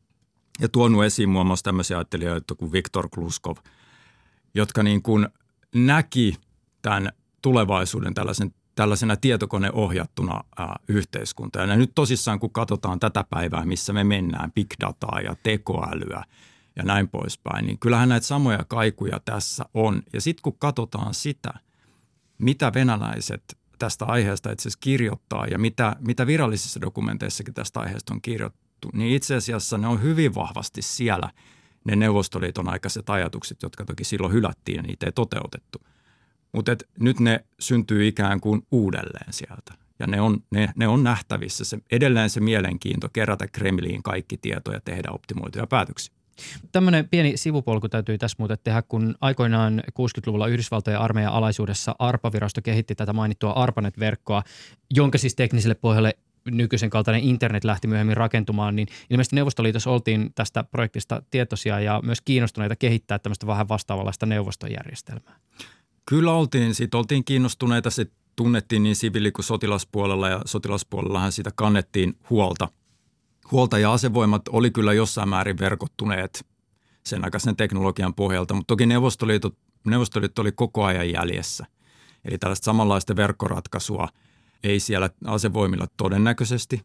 tuonut esiin muun muassa tämmöisiä ajattelijoita kuin Viktor Gluskov, jotka niin kuin näki tämän tulevaisuuden tällaisena tietokoneohjattuna yhteiskuntaa. Ja nyt tosissaan, kun katsotaan tätä päivää, missä me mennään, big dataa ja tekoälyä ja näin poispäin, niin kyllähän näitä samoja kaikuja tässä on. Ja sitten kun katsotaan sitä, mitä venäläiset tästä aiheesta itse asiassa kirjoittaa ja mitä virallisissa dokumenteissakin tästä aiheesta on kirjoittu, niin itse asiassa ne on hyvin vahvasti siellä ne Neuvostoliiton aikaiset ajatukset, jotka toki silloin hylättiin ja niitä ei toteutettu. Mutta nyt ne syntyy ikään kuin uudelleen sieltä ja ne on nähtävissä. Edelleen se mielenkiinto kerätä Kremliin kaikki tietoja ja tehdä optimoituja päätöksiä. Tämmöinen pieni sivupolku täytyy tässä muuten tehdä, kun aikoinaan 60-luvulla Yhdysvaltojen armeijan alaisuudessa ARPA-virasto kehitti tätä mainittua ARPANET-verkkoa, jonka siis tekniselle pohjalle nykyisen kaltainen internet lähti myöhemmin rakentumaan, niin ilmeisesti Neuvostoliitossa oltiin tästä projektista tietoisia ja myös kiinnostuneita kehittää tämmöistä vähän vastaavanlaista neuvostojärjestelmää. Kyllä oltiin kiinnostuneita, se tunnettiin niin siviili- kuin sotilaspuolella ja sotilaspuolellahan siitä kannettiin huolta. huolta ja asevoimat oli kyllä jossain määrin verkottuneet sen aikaisen teknologian pohjalta, mutta toki Neuvostoliitto oli koko ajan jäljessä. Eli tällaista samanlaista verkkoratkaisua ei siellä asevoimilla todennäköisesti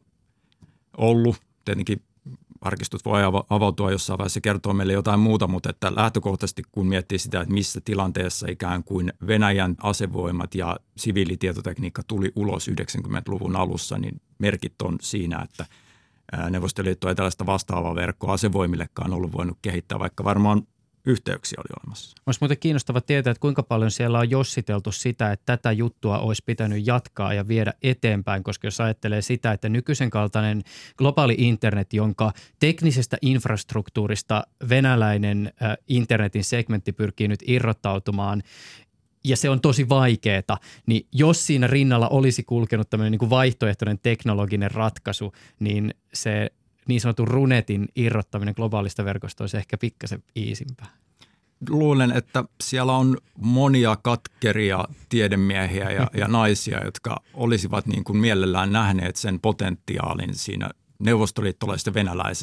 ollut. Tietenkin arkistot voi avautua jossain vaiheessa ja kertoa meille jotain muuta, mutta että lähtökohtaisesti kun miettii sitä, että missä tilanteessa ikään kuin Venäjän asevoimat ja siviilitietotekniikka tuli ulos 90-luvun alussa, niin merkit on siinä, että Neuvostoliitto ei tällaista vastaavaa verkkoa asevoimillekaan ollut voinut kehittää, vaikka varmaan yhteyksiä oli olemassa. Olisi muuten kiinnostava tietää, että kuinka paljon siellä on jossiteltu sitä, että tätä juttua olisi pitänyt jatkaa ja viedä eteenpäin, koska jos ajattelee sitä, että nykyisen kaltainen globaali internet, jonka teknisestä infrastruktuurista venäläinen internetin segmentti pyrkii nyt irrottautumaan, ja se on tosi vaikeaa, niin jos siinä rinnalla olisi kulkenut tämmöinen niin kuin vaihtoehtoinen teknologinen ratkaisu, niin se niin sanotun runetin irrottaminen globaalista verkosta olisi ehkä pikkasen iisimpää. Luulen, että siellä on monia katkeria tiedemiehiä ja naisia, jotka olisivat niin kuin mielellään nähneet sen potentiaalin siinä neuvostoliittolaisessa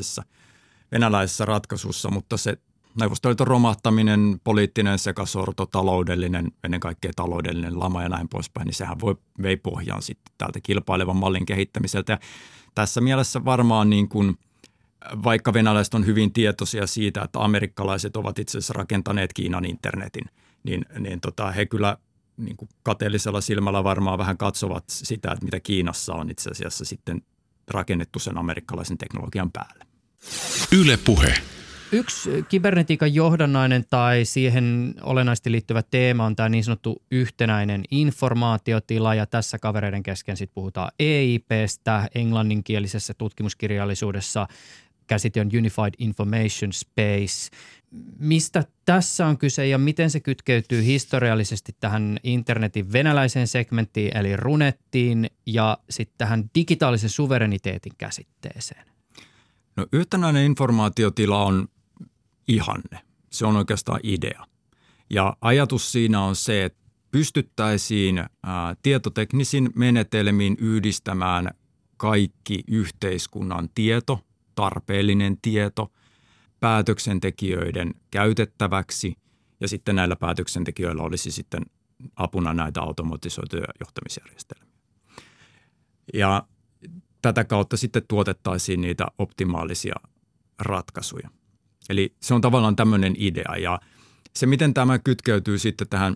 venäläisessä ratkaisussa, mutta se Neuvostoliiton romahtaminen, poliittinen sekasorto, taloudellinen, ennen kaikkea taloudellinen lama ja näin poispäin, niin sehän vei pohjaan sitten tältä kilpailevan mallin kehittämiseltä. Ja tässä mielessä varmaan niin kuin, vaikka venäläiset on hyvin tietoisia siitä, että amerikkalaiset ovat itse asiassa rakentaneet Kiinan internetin, niin he kyllä niin kuin kateellisella silmällä varmaan vähän katsovat sitä, että mitä Kiinassa on itse asiassa sitten rakennettu sen amerikkalaisen teknologian päälle. Yle Puhe. Yksi kybernetiikan johdannainen tai siihen olennaisesti liittyvä teema on tämä niin sanottu yhtenäinen informaatiotila, ja tässä kavereiden kesken sitten puhutaan EIP:stä. Englanninkielisessä tutkimuskirjallisuudessa käsite on Unified Information Space. Mistä tässä on kyse ja miten se kytkeytyy historiallisesti tähän internetin venäläiseen segmenttiin eli runettiin ja sitten tähän digitaalisen suvereniteetin käsitteeseen? No, yhtenäinen informaatiotila on ihanne. Se on oikeastaan idea. Ja ajatus siinä on se, että pystyttäisiin tietoteknisin menetelmiin yhdistämään kaikki yhteiskunnan tieto, tarpeellinen tieto päätöksentekijöiden käytettäväksi, ja sitten näillä päätöksentekijöillä olisi sitten apuna näitä automatisoituja johtamisjärjestelmiä. Ja tätä kautta sitten tuotettaisiin niitä optimaalisia ratkaisuja. Eli se on tavallaan tämmöinen idea, ja se miten tämä kytkeytyy sitten tähän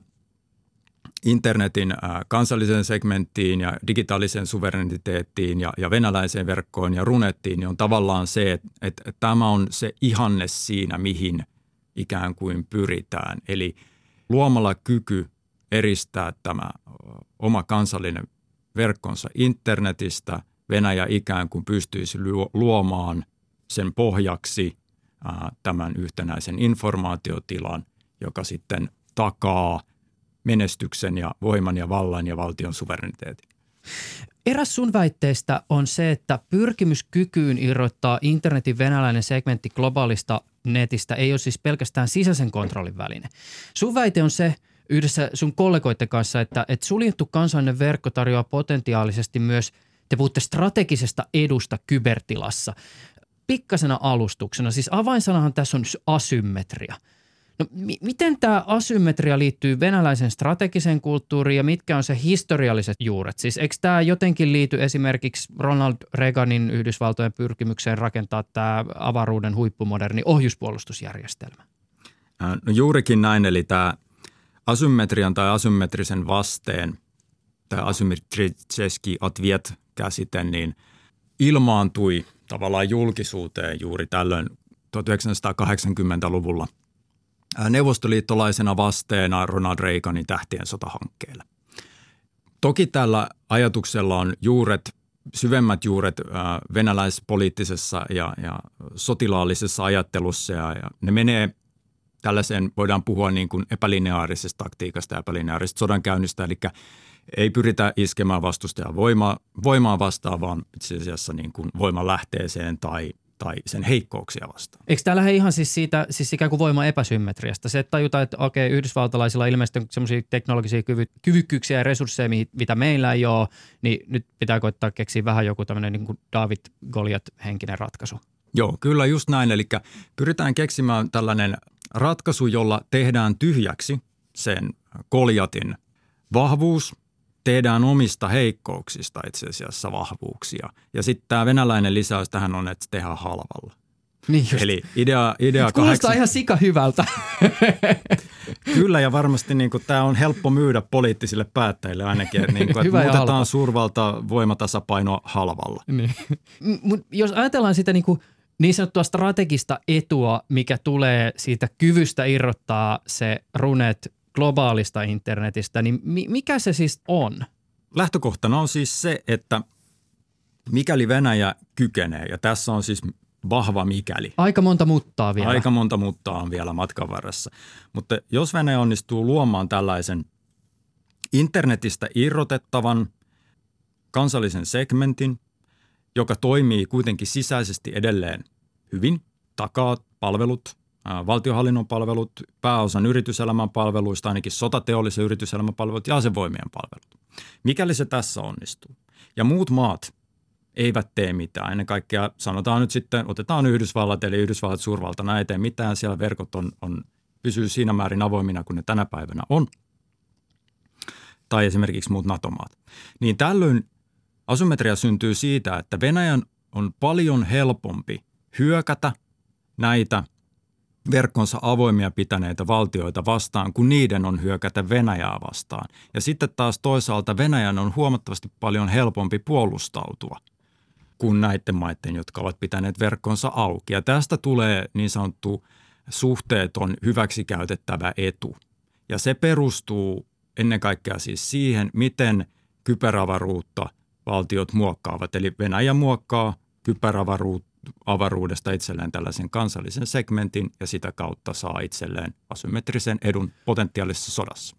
internetin kansalliseen segmenttiin ja digitaaliseen suvereniteettiin ja venäläiseen verkkoon ja runettiin, niin on tavallaan se, että tämä on se ihanne siinä, mihin ikään kuin pyritään. Eli luomalla kyky eristää tämä oma kansallinen verkkonsa internetistä, Venäjä ikään kuin pystyisi luomaan sen pohjaksi tämän yhtenäisen informaatiotilan, joka sitten takaa menestyksen ja voiman ja vallan ja valtion suvereniteetin. Eräs sun väitteistä on se, että pyrkimys kykyyn irrottaa internetin venäläinen segmentti globaalista netistä ei ole siis pelkästään sisäisen kontrollin väline. Sun väite on se yhdessä sun kollegoiden kanssa, että suljettu kansallinen verkko tarjoaa potentiaalisesti myös, te puhutte strategisesta edusta kybertilassa. Pikkasena alustuksena, siis avainsanahan tässä on asymmetria. No, miten tämä asymmetria liittyy venäläisen strategiseen kulttuuriin ja mitkä on se historialliset juuret? Siis eikö tämä jotenkin liity esimerkiksi Ronald Reaganin Yhdysvaltojen pyrkimykseen rakentaa tämä avaruuden huippumoderni ohjuspuolustusjärjestelmä? No juurikin näin, eli tämä asymmetrian tai asymmetrisen vasteen, tämä asymmetricheski atviet-käsite, niin ilmaantui tavallaan julkisuuteen juuri tällöin 1980-luvulla neuvostoliittolaisena vasteena Ronald Reaganin tähtien sotahankkeelle. Toki tällä ajatuksella on syvemmät juuret venäläispoliittisessa ja sotilaallisessa ajattelussa ja ne menee tällaiseen, voidaan puhua niin kuin epälineaarisesta taktiikasta ja epälineaarisesta sodankäynnistä, eli ei pyritä iskemään vastustajan voimaa vastaan, vaan itse asiassa niin kuin voiman lähteeseen tai sen heikkouksia vastaan. Eikö tämä lähde ihan siis siitä siis ikään kuin voiman epäsymmetriasta? Se, että tajutaan, että okei, yhdysvaltalaisilla ilmeisesti on semmoisia teknologisia kyvykkyyksiä ja resursseja, mitä meillä ei ole, niin nyt pitää koittaa keksiä vähän joku tämmöinen niin kuin David-Goliat-henkinen ratkaisu. Joo, kyllä just näin. Eli pyritään keksimään tällainen ratkaisu, jolla tehdään tyhjäksi sen Goliatin vahvuus, tehdään omista heikkouksista itse asiassa vahvuuksia. Ja sitten tämä venäläinen lisäys tähän on, että tehdään halvalla. Niin just. Eli idea kuulostaa ihan sika hyvältä. Kyllä, ja varmasti niin tämä on helppo myydä poliittisille päättäjille ainakin, että, että muutetaan suurvalta voimatasapainoa halvalla. Niin. Jos ajatellaan sitä niin sanottua strategista etua, mikä tulee siitä kyvystä irrottaa se runet globaalista internetistä, niin mikä se siis on? Lähtökohtana on siis se, että mikäli Venäjä kykenee, ja tässä on siis vahva mikäli. Aika monta muttaa vielä. Aika monta muttaa on vielä matkan varressa. Mutta jos Venäjä onnistuu luomaan tällaisen internetistä irrotettavan kansallisen segmentin, joka toimii kuitenkin sisäisesti edelleen hyvin, takaa palvelut, valtionhallinnon palvelut, pääosan yrityselämän palveluista, ainakin sotateollisen yrityselämän palvelut ja asevoimien palvelut. Mikäli se tässä onnistuu ja muut maat eivät tee mitään, ennen kaikkea sanotaan nyt sitten, otetaan Yhdysvallat, eli Yhdysvallat suurvaltana ei tee mitään, siellä verkot pysyy siinä määrin avoimina kuin ne tänä päivänä on, tai esimerkiksi muut NATO-maat, niin tällöin asymmetria syntyy siitä, että Venäjän on paljon helpompi hyökätä näitä verkkonsa avoimia pitäneitä valtioita vastaan, kun niiden on hyökätä Venäjää vastaan. Ja sitten taas toisaalta Venäjän on huomattavasti paljon helpompi puolustautua kuin näiden maiden, jotka ovat pitäneet verkkonsa auki. Ja tästä tulee niin sanottu suhteeton hyväksikäytettävä etu. Ja se perustuu ennen kaikkea siis siihen, miten kyberavaruutta valtiot muokkaavat. Eli Venäjä muokkaa kyberavaruudesta itselleen tällaisen kansallisen segmentin ja sitä kautta saa itselleen asymmetrisen edun potentiaalisessa sodassa.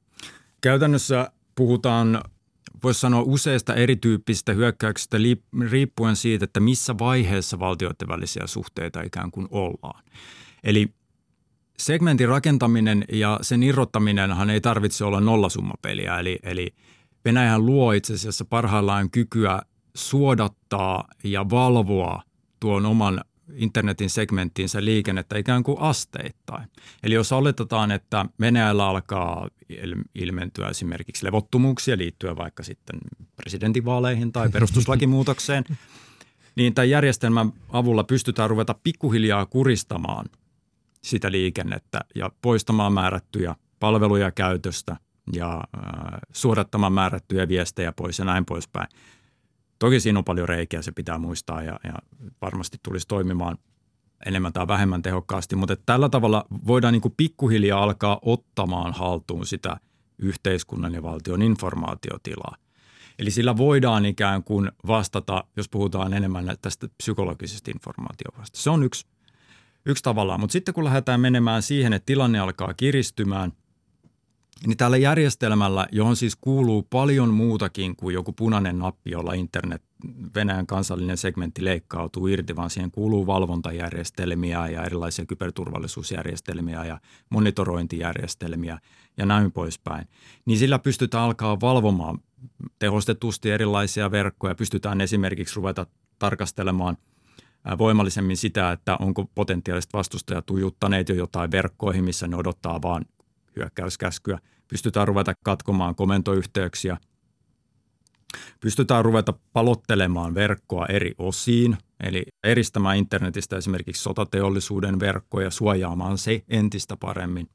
Käytännössä puhutaan, voisi sanoa, useista erityyppisistä hyökkäyksistä riippuen siitä, että missä vaiheessa valtioiden välisiä suhteita ikään kuin ollaan. Eli segmentin rakentaminen ja sen irrottaminenhan ei tarvitse olla nollasummapeliä, eli Venäjähän luo itse asiassa parhaillaan kykyä suodattaa ja valvoa tuon oman internetin segmenttinsä liikennettä ikään kuin asteittain. Eli jos oletetaan, että Venäjällä alkaa ilmentyä esimerkiksi levottomuuksia liittyen vaikka sitten presidentinvaaleihin tai perustuslakimuutokseen, niin tämän järjestelmän avulla pystytään ruveta pikkuhiljaa kuristamaan sitä liikennettä ja poistamaan määrättyjä palveluja käytöstä ja suodattamaan määrättyjä viestejä pois ja näin poispäin. Toki siinä on paljon reikiä, se pitää muistaa ja varmasti tulisi toimimaan enemmän tai vähemmän tehokkaasti, mutta tällä tavalla voidaan niin kuin pikkuhiljaa alkaa ottamaan haltuun sitä yhteiskunnan ja valtion informaatiotilaa. Eli sillä voidaan ikään kuin vastata, jos puhutaan enemmän tästä psykologisesta informaatiovasta. Se on yksi tavallaan, mutta sitten kun lähdetään menemään siihen, että tilanne alkaa kiristymään, niin tällä järjestelmällä, johon siis kuuluu paljon muutakin kuin joku punainen nappi, jolla Venäjän kansallinen segmentti leikkautuu irti, vaan siihen kuuluu valvontajärjestelmiä ja erilaisia kyberturvallisuusjärjestelmiä ja monitorointijärjestelmiä ja näin poispäin. Niin sillä pystytään alkaa valvomaan tehostetusti erilaisia verkkoja. Pystytään esimerkiksi ruveta tarkastelemaan voimallisemmin sitä, että onko potentiaaliset vastustajat tuijuttaneet jo jotain verkkoihin, missä ne odottaa vaan hyökkäyskäskyä. Pystytään ruveta katkomaan komentoyhteyksiä. Pystytään ruveta palottelemaan verkkoa eri osiin, eli eristämään internetistä esimerkiksi sotateollisuuden verkkoja, suojaamaan se entistä paremmin.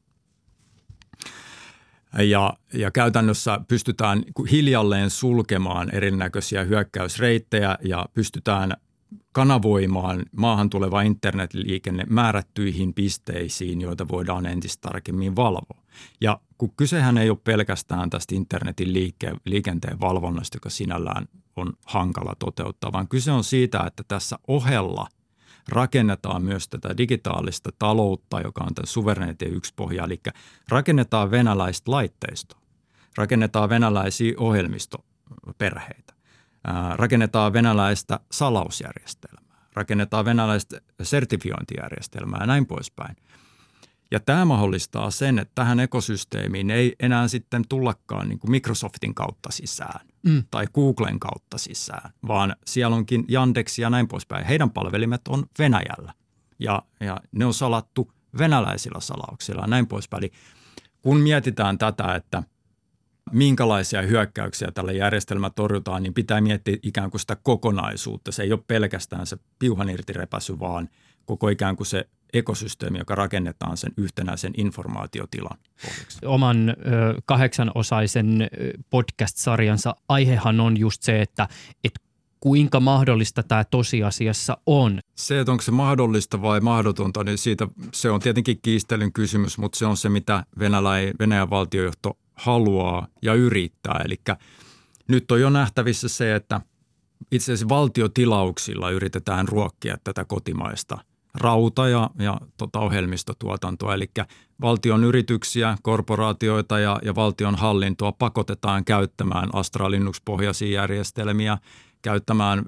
Ja käytännössä pystytään hiljalleen sulkemaan erinäköisiä hyökkäysreittejä ja pystytään kanavoimaan maahan tuleva internetliikenne määrättyihin pisteisiin, joita voidaan entistä tarkemmin valvoa. Ja kun kysehän ei ole pelkästään tästä internetin liikenteen valvonnasta, joka sinällään on hankala toteuttaa, vaan kyse on siitä, että tässä ohella rakennetaan myös tätä digitaalista taloutta, joka on tämän suvereniteetin yksi pohja, eli rakennetaan venäläistä laitteistoa, rakennetaan venäläisiä ohjelmistoperheitä. Rakennetaan venäläistä salausjärjestelmää, rakennetaan venäläistä sertifiointijärjestelmää ja näin poispäin. Ja tämä mahdollistaa sen, että tähän ekosysteemiin ei enää sitten tullakaan niin kuin Microsoftin kautta sisään tai Googlen kautta sisään, vaan siellä onkin Yandex ja näin poispäin. Heidän palvelimet on Venäjällä ja ne on salattu venäläisillä salauksilla ja näin poispäin. Eli kun mietitään tätä, että minkälaisia hyökkäyksiä tällä järjestelmällä torjutaan, niin pitää miettiä ikään kuin sitä kokonaisuutta. Se ei ole pelkästään se piuhan irti repäsy, vaan koko ikään kuin se ekosysteemi, joka rakennetaan sen yhtenäisen informaatiotilan pohjaksi. Oman 8-osaisen podcast-sarjansa aihehan on just se, että kuinka mahdollista tämä tosiasiassa on. Se, että onko se mahdollista vai mahdotonta, niin siitä se on tietenkin kiistelyn kysymys, mutta se on se, mitä Venäjän valtiojohto haluaa ja yrittää. Eli nyt on jo nähtävissä se, että itse asiassa valtiotilauksilla yritetään ruokkia tätä kotimaista rauta- ja ohjelmistotuotantoa. Eli valtion yrityksiä, korporaatioita ja valtion hallintoa pakotetaan käyttämään Astra Linux-pohjaisia järjestelmiä, käyttämään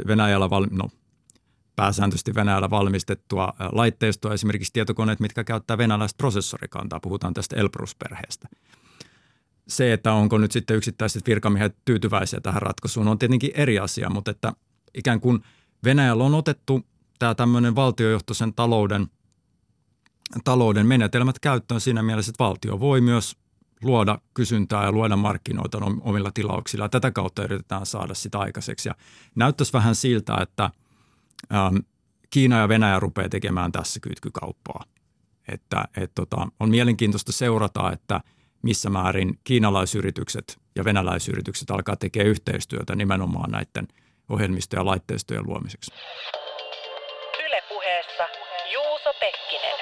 pääsääntöisesti Venäjällä valmistettua laitteistoa, esimerkiksi tietokoneet, mitkä käyttää venäläistä prosessorikantaa. Puhutaan tästä Elbrus-perheestä. Se, että onko nyt sitten yksittäiset virkamiehet tyytyväisiä tähän ratkaisuun, on tietenkin eri asia, mutta että ikään kuin Venäjällä on otettu tämä tämmöinen valtiojohtoisen talouden menetelmät käyttöön siinä mielessä, että valtio voi myös luoda kysyntää ja luoda markkinoita omilla tilauksilla. Tätä kautta yritetään saada sitä aikaiseksi. Ja näyttäisi vähän siltä, että Kiina ja Venäjä rupeaa tekemään tässä kytkykauppaa. On mielenkiintoista seurata, että missä määrin kiinalaisyritykset ja venäläisyritykset alkaa tekemään yhteistyötä nimenomaan näiden ohjelmistojen ja laitteistojen luomiseksi. Yle Puheessa Juuso Pekkinen.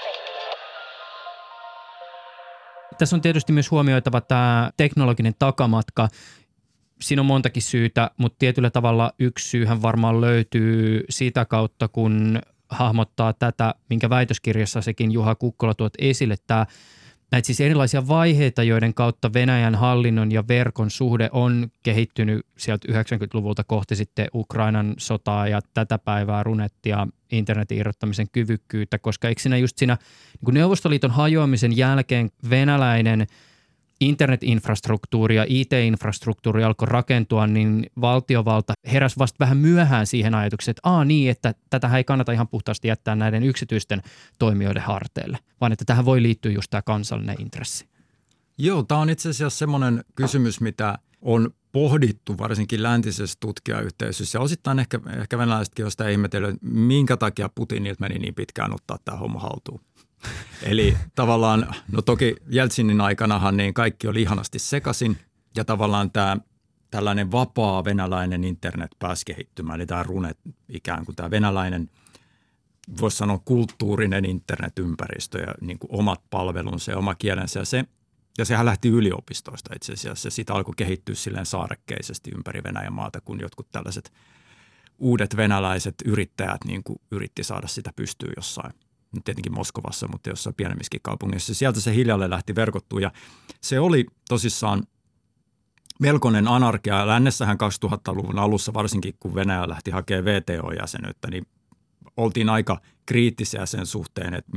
Tässä on tietysti myös huomioitava tämä teknologinen takamatka. Siinä on montakin syytä, mutta tietyllä tavalla yksi syyhän varmaan löytyy sitä kautta, kun hahmottaa tätä, minkä väitöskirjassa sekin Juha Kukkola tuot esille, näitä siis erilaisia vaiheita, joiden kautta Venäjän hallinnon ja verkon suhde on kehittynyt sieltä 90-luvulta kohti sitten Ukrainan sotaa ja tätä päivää runettia internetin irrottamisen kyvykkyyttä, koska eikö siinä just siinä niin Neuvostoliiton hajoamisen jälkeen venäläinen internetinfrastruktuuri ja IT-infrastruktuuri alkoi rakentua, niin valtiovalta heräsi vasta vähän myöhään siihen ajatukseen, että tätä ei kannata ihan puhtaasti jättää näiden yksityisten toimijoiden harteille, vaan että tähän voi liittyä just tämä kansallinen intressi. Joo, tämä on itse asiassa semmoinen kysymys, mitä on pohdittu varsinkin läntisessä tutkijayhteisössä ja osittain ehkä venäläisetkin on sitä ihmetellyt, minkä takia Putinilta meni niin pitkään ottaa tämä homma haltuun. Eli tavallaan, no toki Jeltsinin aikanahan niin kaikki oli ihanasti sekaisin ja tavallaan tämä tällainen vapaa venäläinen internet pääsi kehittymään. Eli tämä runet ikään kuin tämä venäläinen, voisi sanoa kulttuurinen internetympäristö ja niin kuin omat palvelunsa ja oma kielensä ja sehän lähti yliopistoista itse asiassa. Sitä alkoi kehittyä silleen saarekkeisesti ympäri Venäjän maata, kun jotkut tällaiset uudet venäläiset yrittäjät niin kuin yritti saada sitä pystyyn jossain. Tietenkin Moskovassa, mutta jossain pienemmissäkin kaupungeissa. Sieltä se hiljalleen lähti verkottua ja se oli tosissaan melkoinen anarkia. Lännessähän 2000-luvun alussa, varsinkin kun Venäjä lähti hakemaan VTO-jäsenyyttä, niin oltiin aika kriittisiä sen suhteen, että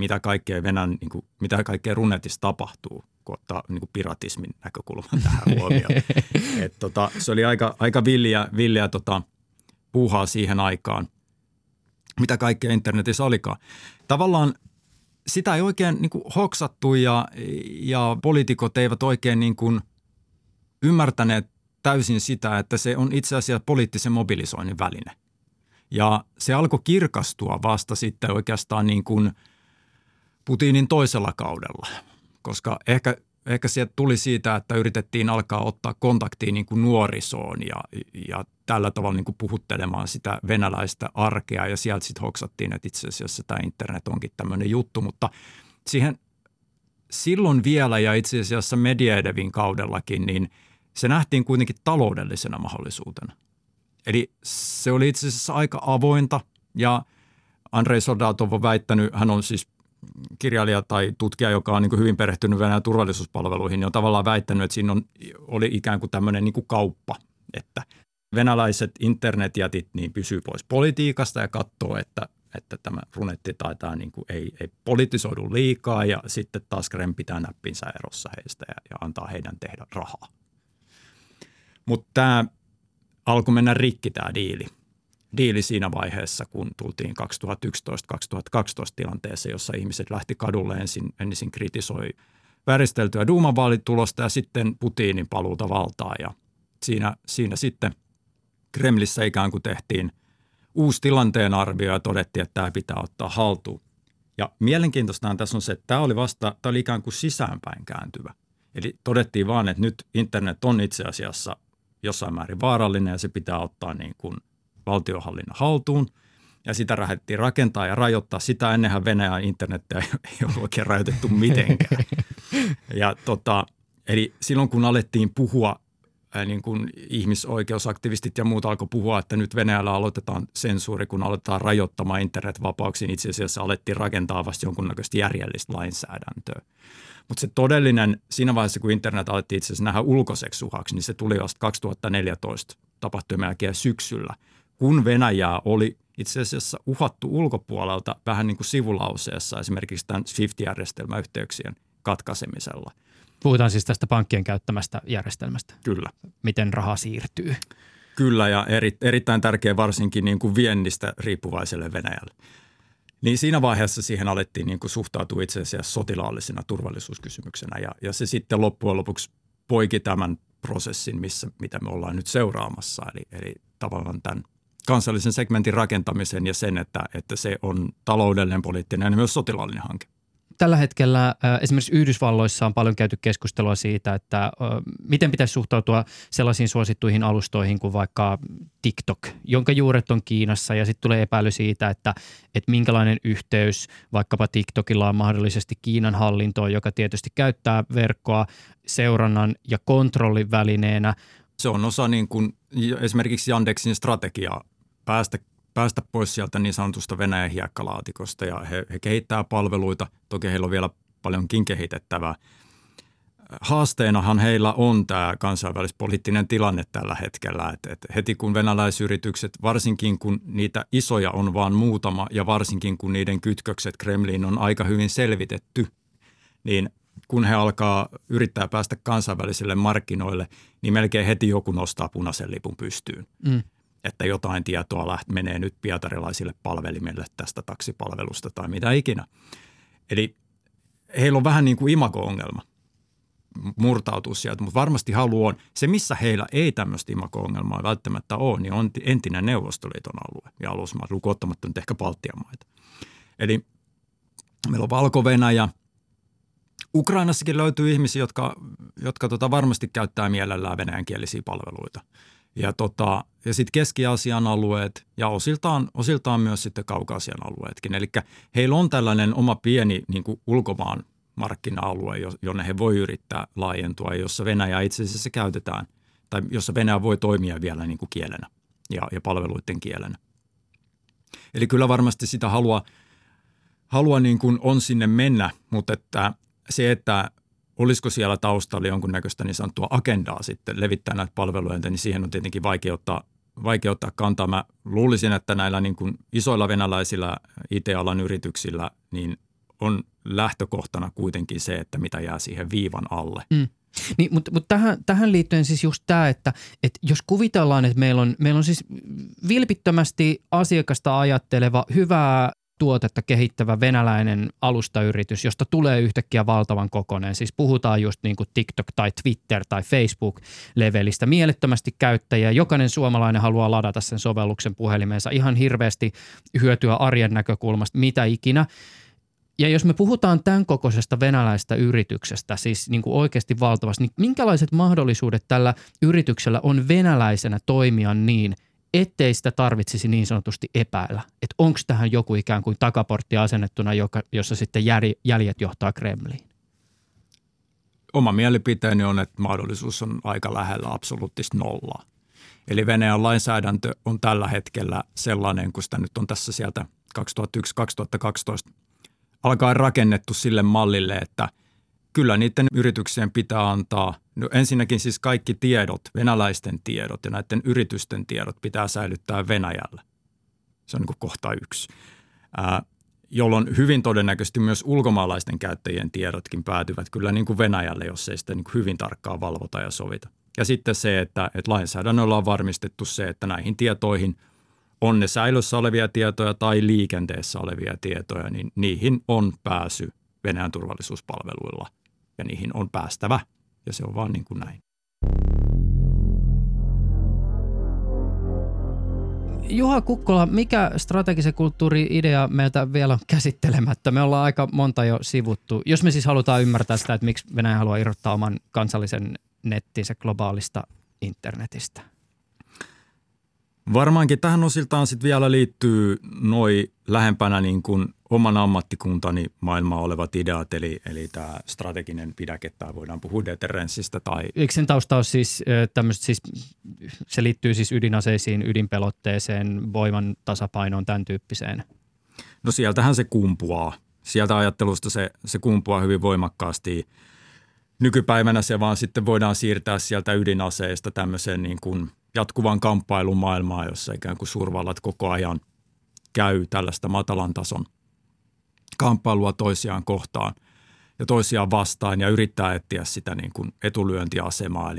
mitä kaikkea runetissa tapahtuu, kun ottaa niin kuin piratismin näkökulman tähän huomioon. Se oli aika villiä puuhaa siihen aikaan. Mitä kaikkea internetissä olikaan. Tavallaan sitä ei oikein niin kuin hoksattu ja poliitikot eivät oikein niin kuin ymmärtäneet täysin sitä, että se on itse asiassa poliittisen mobilisoinnin väline. Ja se alkoi kirkastua vasta sitten oikeastaan niin kuin Putinin toisella kaudella, koska ehkä sieltä tuli siitä, että yritettiin alkaa ottaa kontaktiin niin kuin nuorisoon ja tällä tavalla niin kuin puhuttelemaan sitä venäläistä arkea ja sieltä sitten hoksattiin, että itse asiassa tämä internet onkin tämmöinen juttu, mutta siihen silloin vielä ja itse asiassa Medvedevin kaudellakin, niin se nähtiin kuitenkin taloudellisena mahdollisuutena. Eli se oli itse asiassa aika avointa ja Andrei Soldatov on väittänyt, hän on siis kirjailija tai tutkija, joka on niin kuin hyvin perehtynyt Venäjän turvallisuuspalveluihin, niin on tavallaan väittänyt, että siinä oli ikään kuin tämmöinen niin kuin kauppa, että venäläiset internetjätit niin pysyy pois politiikasta ja katsoo, että tämä runetti taitaa niin kuin ei politisoidu liikaa ja sitten taas Kreml pitää näppinsä erossa heistä ja antaa heidän tehdä rahaa. Mutta tämä alkoi mennä rikki tämä diili siinä vaiheessa, kun tultiin 2011-2012 tilanteeseen, jossa ihmiset lähti kadulle ensin kritisoi vääristeltyä Duuman vaalitulosta ja sitten Putinin paluuta valtaan. Ja siinä sitten Kremlissä ikään kuin tehtiin uusi tilanteen arvio ja todettiin, että tämä pitää ottaa haltuun. Ja mielenkiintoistaan tässä on se, että tämä oli ikään kuin sisäänpäin kääntyvä. Eli todettiin vaan, että nyt internet on itse asiassa jossain määrin vaarallinen ja se pitää ottaa niin kuin valtionhallinnon haltuun. Ja sitä lähdettiin rakentaa ja rajoittaa. Sitä ennenhän Venäjän internettiä ei ole oikein rajoitettu mitenkään. Ja eli silloin kun alettiin puhua, niin kuin ihmisoikeusaktivistit ja muut alkoi puhua, että nyt Venäjällä aloitetaan sensuuri, kun aletaan rajoittamaan internetvapauksiin. Itse asiassa alettiin rakentaa vasta jonkunnäköistä järjellistä lainsäädäntöä. Mutta se todellinen, siinä vaiheessa kun internet alettiin itse asiassa nähdä ulkoiseksi uhaksi, niin se tuli vasta 2014 tapahtumien jälkeen syksyllä, kun Venäjää oli itse asiassa uhattu ulkopuolelta vähän niin kuin sivulauseessa esimerkiksi tämän SWIFT-järjestelmäyhteyksien katkaisemisella. Puhutaan siis tästä pankkien käyttämästä järjestelmästä. Kyllä. Miten raha siirtyy. Kyllä ja erittäin tärkeä varsinkin niin kuin viennistä riippuvaiselle Venäjälle. Niin siinä vaiheessa siihen alettiin niin kuin suhtautua itse asiassa sotilaallisena turvallisuuskysymyksenä ja se sitten loppujen lopuksi poiki tämän prosessin, mitä me ollaan nyt seuraamassa. Eli tavallaan tämän kansallisen segmentin rakentamisen ja sen, että se on taloudellinen, poliittinen ja myös sotilaallinen hanke. Tällä hetkellä esimerkiksi Yhdysvalloissa on paljon käyty keskustelua siitä, että miten pitäisi suhtautua sellaisiin suosittuihin alustoihin kuin vaikka TikTok, jonka juuret on Kiinassa ja sitten tulee epäily siitä, että minkälainen yhteys vaikkapa TikTokilla on mahdollisesti Kiinan hallintoon, joka tietysti käyttää verkkoa seurannan ja kontrollin välineenä. Se on osa niin kuin esimerkiksi Yandexin strategiaa päästä pois sieltä niin sanotusta Venäjän hiekkalaatikosta ja he kehittää palveluita. Toki heillä on vielä paljonkin kehitettävää. Haasteenahan heillä on tämä kansainvälispoliittinen tilanne tällä hetkellä, että heti kun venäläisyritykset, varsinkin kun niitä isoja on vaan muutama ja varsinkin kun niiden kytkökset Kremliin on aika hyvin selvitetty, niin kun he alkaa yrittää päästä kansainvälisille markkinoille, niin melkein heti joku nostaa punaisen lipun pystyyn. Että jotain tietoa menee nyt pietarilaisille palvelimille tästä taksipalvelusta tai mitä ikinä. Eli heillä on vähän niin kuin imago-ongelma murtautua sieltä, mutta varmasti halu on. Se, missä heillä ei tämmöistä imago-ongelmaa välttämättä ole, niin on entinen Neuvostoliiton alue ja alusmaat, lukuun ottamatta nyt ehkä Baltian maita. Eli meillä on Valko-Venäjä. Ukrainassakin löytyy ihmisiä, jotka varmasti käyttää mielellään venäjänkielisiä palveluita. Ja sitten Keski-Aasian alueet ja osiltaan myös sitten Kaukaasian alueetkin. Eli heillä on tällainen oma pieni niin kuin ulkomaan markkina-alue, jonne he voi yrittää laajentua, jossa Venäjä itse asiassa käytetään, tai jossa Venäjä voi toimia vielä niin kuin kielenä ja palveluiden kielenä. Eli kyllä varmasti sitä halua niin kuin on sinne mennä, mutta että olisiko siellä taustalla jonkunnäköistä niin sanottua agendaa sitten levittää näitä palveluja, niin siihen on tietenkin vaikea ottaa kantaa. Mä luulisin, että näillä niin kuin isoilla venäläisillä IT-alan yrityksillä niin on lähtökohtana kuitenkin se, että mitä jää siihen viivan alle. Niin, mutta tähän liittyen siis just tämä, että jos kuvitellaan, että meillä on siis vilpittömästi asiakasta ajatteleva, hyvää tuotetta kehittävä venäläinen alustayritys, josta tulee yhtäkkiä valtavan kokoinen. Siis puhutaan just niin kuin TikTok tai Twitter tai Facebook-levelistä. Mielettömästi käyttäjiä. Jokainen suomalainen haluaa ladata sen sovelluksen puhelimeensa. Ihan hirveästi hyötyä arjen näkökulmasta, mitä ikinä. Ja jos me puhutaan tämän kokoisesta venäläisestä yrityksestä, siis niin kuin oikeasti valtavasti, niin minkälaiset mahdollisuudet tällä yrityksellä on venäläisenä toimia niin, ettei sitä tarvitsisi niin sanotusti epäillä, että onko tähän joku ikään kuin takaportti asennettuna, jossa sitten jäljet johtaa Kremliin? Oma mielipiteeni on, että mahdollisuus on aika lähellä absoluuttista nollaa. Eli Venäjän lainsäädäntö on tällä hetkellä sellainen, kun sitä nyt on tässä sieltä 2001-2012 alkaen rakennettu sille mallille, että kyllä niiden yrityksien pitää antaa No ensinnäkin siis kaikki tiedot, venäläisten tiedot ja näiden yritysten tiedot pitää säilyttää Venäjällä. Se on niin kuin kohta 1. Jolloin hyvin todennäköisesti myös ulkomaalaisten käyttäjien tiedotkin päätyvät kyllä niin kuin Venäjälle, jos ei sitä niin kuin hyvin tarkkaan valvota ja sovita. Ja sitten se, että lainsäädännöllä on varmistettu se, että näihin tietoihin on ne säilössä olevia tietoja tai liikenteessä olevia tietoja, niin niihin on pääsy Venäjän turvallisuuspalveluilla ja niihin on päästävä ja se on vaan niin kuin näin. Juha Kukkola, mikä strategisen kulttuuri-idea meiltä vielä on käsittelemättä? Me ollaan aika monta jo sivuttu. Jos me siis halutaan ymmärtää sitä, että miksi Venäjä haluaa irrottaa oman kansallisen nettinsä globaalista internetistä. Varmaankin tähän osiltaan sitten vielä liittyy lähempänä niin kuin oman ammattikuntani maailmaa olevat ideat, eli tämä strateginen pidäke, tai voidaan puhua deterrenssistä. Eikö sen tausta ole siis tämmöistä, siis se liittyy siis ydinaseisiin, ydinpelotteeseen, voiman tasapainoon, tämän tyyppiseen? No sieltähän se kumpuaa. Sieltä ajattelusta se kumpuaa hyvin voimakkaasti. Nykypäivänä se vaan sitten voidaan siirtää sieltä ydinaseista tämmöiseen niin kuin jatkuvan kamppailun maailmaan, jossa ikään kuin suurvallat koko ajan käy tällaista matalan tason kamppailua toisiaan kohtaan ja toisiaan vastaan ja yrittää etsiä sitä niin kuin etulyöntiasemaa.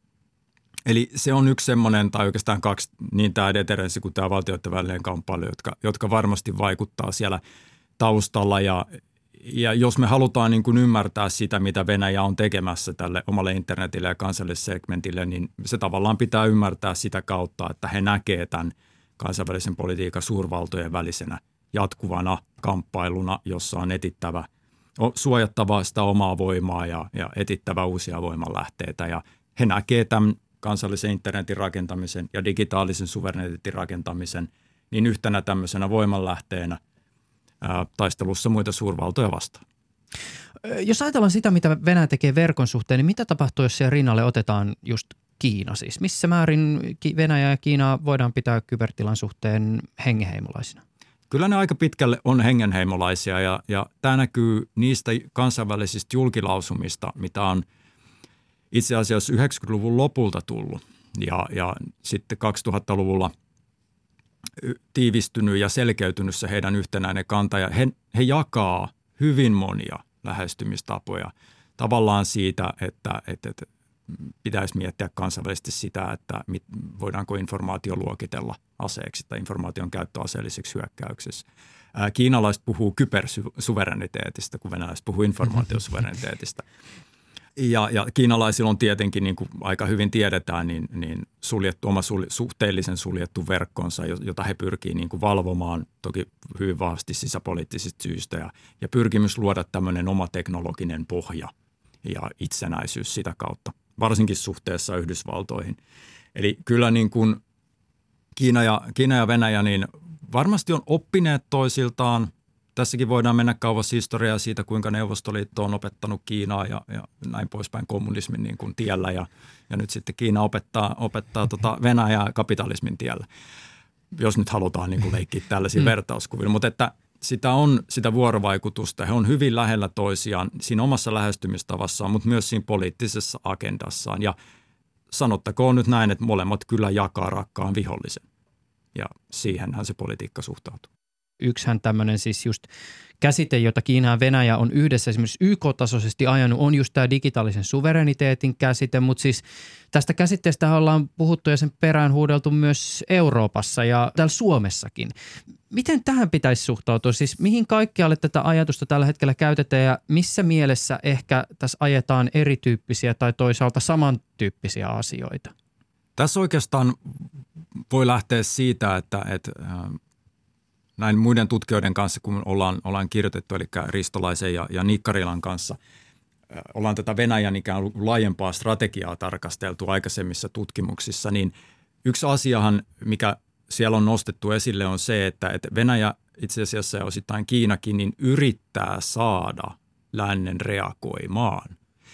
Eli se on yksi semmoinen, tai oikeastaan 2, niin tämä deterrenssi kuin tämä valtioiden välinen kamppailu, jotka varmasti vaikuttaa siellä taustalla. Ja jos me halutaan niin kuin ymmärtää sitä, mitä Venäjä on tekemässä tälle omalle internetille ja kansalliselle segmentille, niin se tavallaan pitää ymmärtää sitä kautta, että he näkee tämän kansainvälisen politiikan suurvaltojen välisenä jatkuvana kamppailuna, jossa on suojattava sitä omaa voimaa ja etittävä uusia voimanlähteitä. Ja he näkee tämän kansallisen internetin rakentamisen ja digitaalisen suvereniteetin rakentamisen niin yhtenä tämmöisenä voimanlähteenä taistelussa muita suurvaltoja vastaan. Jos ajatellaan sitä, mitä Venäjä tekee verkon suhteen, niin mitä tapahtuu, jos siihen rinnalle otetaan just Kiina siis? Missä määrin Venäjä ja Kiina voidaan pitää kybertilan suhteen hengenheimolaisina? Kyllä ne aika pitkälle on hengenheimolaisia ja tämä näkyy niistä kansainvälisistä julkilausumista, mitä on itse asiassa 90-luvun lopulta tullut ja sitten 2000-luvulla tiivistynyt ja selkeytynyt se heidän yhtenäinen kanta ja he jakaa hyvin monia lähestymistapoja tavallaan siitä, että pitäisi miettiä kansainvälisesti sitä, että voidaanko informaatio luokitella aseeksi tai informaation käyttö aseelliseksi hyökkäyksessä. Kiinalaiset puhuu kybersuvereniteetista, kun venäläiset puhuu informaatiosuvereniteetista. Ja kiinalaisilla on tietenkin, niin kuin aika hyvin tiedetään, niin suhteellisen suljettu verkkonsa, jota he pyrkii niin kuin valvomaan toki hyvin vahvasti sisäpoliittisista syistä ja pyrkimys luoda tämmöinen oma teknologinen pohja ja itsenäisyys sitä kautta, varsinkin suhteessa Yhdysvaltoihin. Eli kyllä niin kuin Kiina ja Venäjä niin varmasti on oppineet toisiltaan. Tässäkin voidaan mennä kauas historiaa siitä, kuinka Neuvostoliitto on opettanut Kiinaa ja näin poispäin kommunismin niin kuin tiellä ja nyt sitten Kiina opettaa Venäjää kapitalismin tiellä, jos nyt halutaan niin kuin leikkiä tällaisia vertauskuvia. Mutta että sitä vuorovaikutusta, he on hyvin lähellä toisiaan siinä omassa lähestymistavassaan, mutta myös siinä poliittisessa agendassaan ja sanottakoon nyt näin, että molemmat kyllä jakaa rakkaan vihollisen ja siihenhän se politiikka suhtautuu. Yksihän tämmöinen siis just käsite, jota Kiina ja Venäjä on yhdessä esimerkiksi YK-tasoisesti ajanut, on just tämä digitaalisen suvereniteetin käsite, mutta siis tästä käsitteestä ollaan puhuttu ja sen perään huudeltu myös Euroopassa ja täällä Suomessakin. Miten tähän pitäisi suhtautua? Siis mihin kaikkialle tätä ajatusta tällä hetkellä käytetään ja missä mielessä ehkä tässä ajetaan erityyppisiä tai toisaalta samantyyppisiä asioita? Tässä oikeastaan voi lähteä siitä, että näin muiden tutkijoiden kanssa, kun ollaan kirjoitettu, eli Ristolaisen ja Nikkarilan kanssa, ollaan tätä Venäjän ikään kuin laajempaa strategiaa tarkasteltu aikaisemmissa tutkimuksissa, niin yksi asiahan, mikä siellä on nostettu esille, on se, että Venäjä itse asiassa ja osittain Kiinakin niin yrittää saada lännen reagoimaan.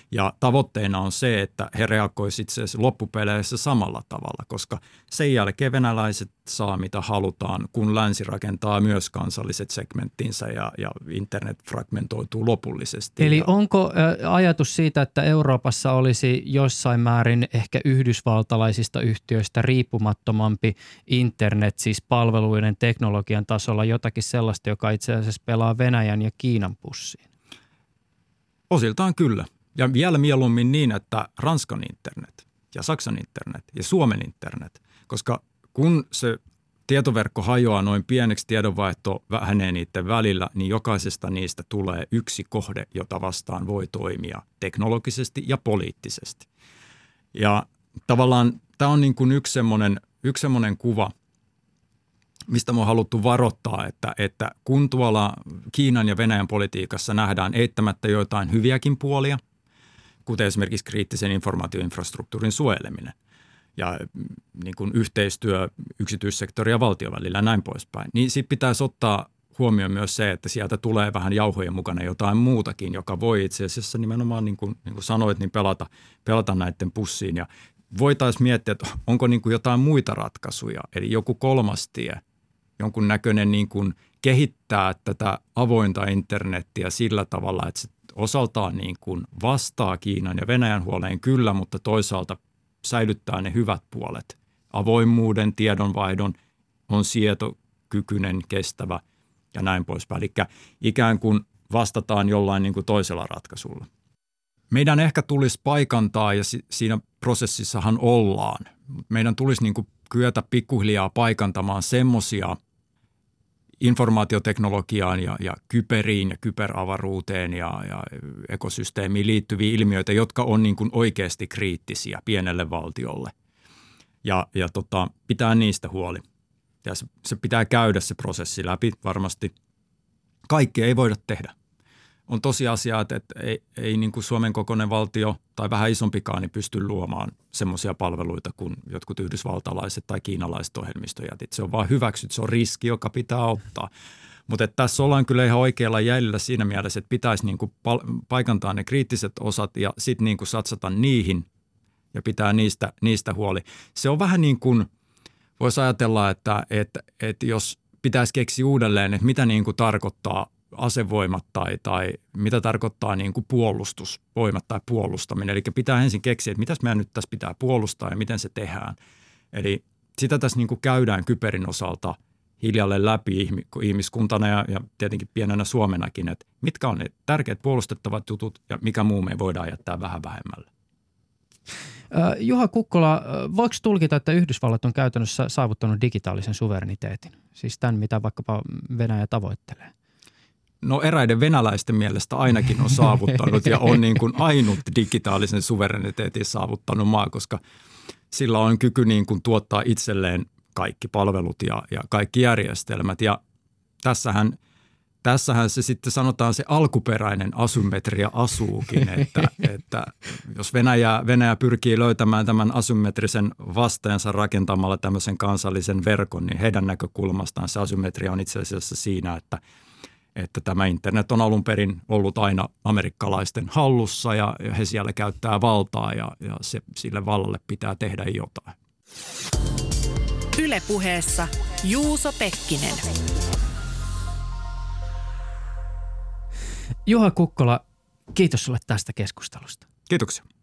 Ja tavoitteena on se, että he reagoisivat itse asiassa loppupeleissä samalla tavalla, koska sen jälkeen venäläiset saa mitä halutaan, kun länsi rakentaa myös kansalliset segmenttinsä ja internet fragmentoituu lopullisesti. Eli onko ajatus siitä, että Euroopassa olisi jossain määrin ehkä yhdysvaltalaisista yhtiöistä riippumattomampi internet, siis palveluiden teknologian tasolla jotakin sellaista, joka itse asiassa pelaa Venäjän ja Kiinan pussiin? Osiltaan kyllä. Ja vielä mieluummin niin, että Ranskan internet ja Saksan internet ja Suomen internet, koska kun se tietoverkko hajoaa noin pieneksi, tiedonvaihto vähenee niiden välillä, niin jokaisesta niistä tulee yksi kohde, jota vastaan voi toimia teknologisesti ja poliittisesti. Ja tavallaan tämä on niin kuin yksi semmoinen kuva, mistä me on haluttu varoittaa, että kun tuolla Kiinan ja Venäjän politiikassa nähdään eittämättä joitain hyviäkin puolia, kuten esimerkiksi kriittisen informaatioinfrastruktuurin suojeleminen ja niin kuin yhteistyö yksityissektorin ja valtion välillä ja näin poispäin, niin sitten pitäisi ottaa huomioon myös se, että sieltä tulee vähän jauhojen mukana jotain muutakin, joka voi itse asiassa nimenomaan, niin kuin sanoit, niin pelata näiden pussiin. Ja voitaisiin miettiä, että onko niin kuin jotain muita ratkaisuja, eli joku kolmas tie, jonkun näköinen niin kuin kehittää tätä avointa internettiä sillä tavalla, että se osaltaan niin kuin vastaa Kiinan ja Venäjän huoleen kyllä, mutta toisaalta säilyttää ne hyvät puolet. Avoimuuden, tiedonvaihdon, on sietokykyinen, kestävä ja näin poispäin. Eli ikään kuin vastataan jollain niin kuin toisella ratkaisulla. Meidän ehkä tulisi paikantaa, ja siinä prosessissahan ollaan, meidän tulisi niin kuin kyetä pikkuhiljaa paikantamaan semmoisia informaatioteknologiaan ja kyberiin ja kyberavaruuteen ja ekosysteemiin liittyviä ilmiöitä, jotka on niin kuin oikeasti kriittisiä pienelle valtiolle. Ja pitää niistä huoli. Ja se pitää käydä se prosessi läpi varmasti. Kaikkea ei voida tehdä. On tosiasia, että ei niin kuin Suomen kokoinen valtio tai vähän isompikaan niin pysty luomaan semmoisia palveluita kuin jotkut yhdysvaltalaiset tai kiinalaiset ohjelmistojätit. Se on vaan hyväksytty, se on riski, joka pitää ottaa. Mutta tässä ollaan kyllä ihan oikealla jäljellä siinä mielessä, että pitäisi niin kuin paikantaa ne kriittiset osat ja sitten niin kuin satsata niihin ja pitää niistä huoli. Se on vähän niin kuin, voisi ajatella, että jos pitäisi keksiä uudelleen, että mitä niin kuin tarkoittaa asevoimat tai mitä tarkoittaa niin kuin puolustusvoimat tai puolustaminen. Eli pitää ensin keksiä, että mitäs meidän nyt tässä pitää puolustaa ja miten se tehdään. Eli sitä tässä niin kuin käydään kyberin osalta hiljalleen läpi ihmiskuntana ja tietenkin pienenä Suomenakin, että mitkä on ne tärkeät puolustettavat jutut ja mikä muu me voidaan jättää vähän vähemmälle. Juha Kukkola, voiko tulkita, että Yhdysvallat on käytännössä saavuttanut digitaalisen suvereniteetin? Siis tämän, mitä vaikkapa Venäjä tavoittelee? No eräiden venäläisten mielestä ainakin on saavuttanut ja on niin kuin ainut digitaalisen suvereniteetin saavuttanut maa, koska sillä on kyky niin kuin tuottaa itselleen kaikki palvelut ja kaikki järjestelmät. Ja tässähän se sitten sanotaan se alkuperäinen asymmetria asuukin, että jos Venäjä pyrkii löytämään tämän asymmetrisen vasteensa rakentamalla tämmöisen kansallisen verkon, niin heidän näkökulmastaan se asymmetria on itse asiassa siinä, että tämä internet on alun perin ollut aina amerikkalaisten hallussa ja he siellä käyttää valtaa ja sille vallalle pitää tehdä jotain. Yle Puheessa Juuso Pekkinen. Juha Kukkola, kiitos sulle tästä keskustelusta. Kiitoksia.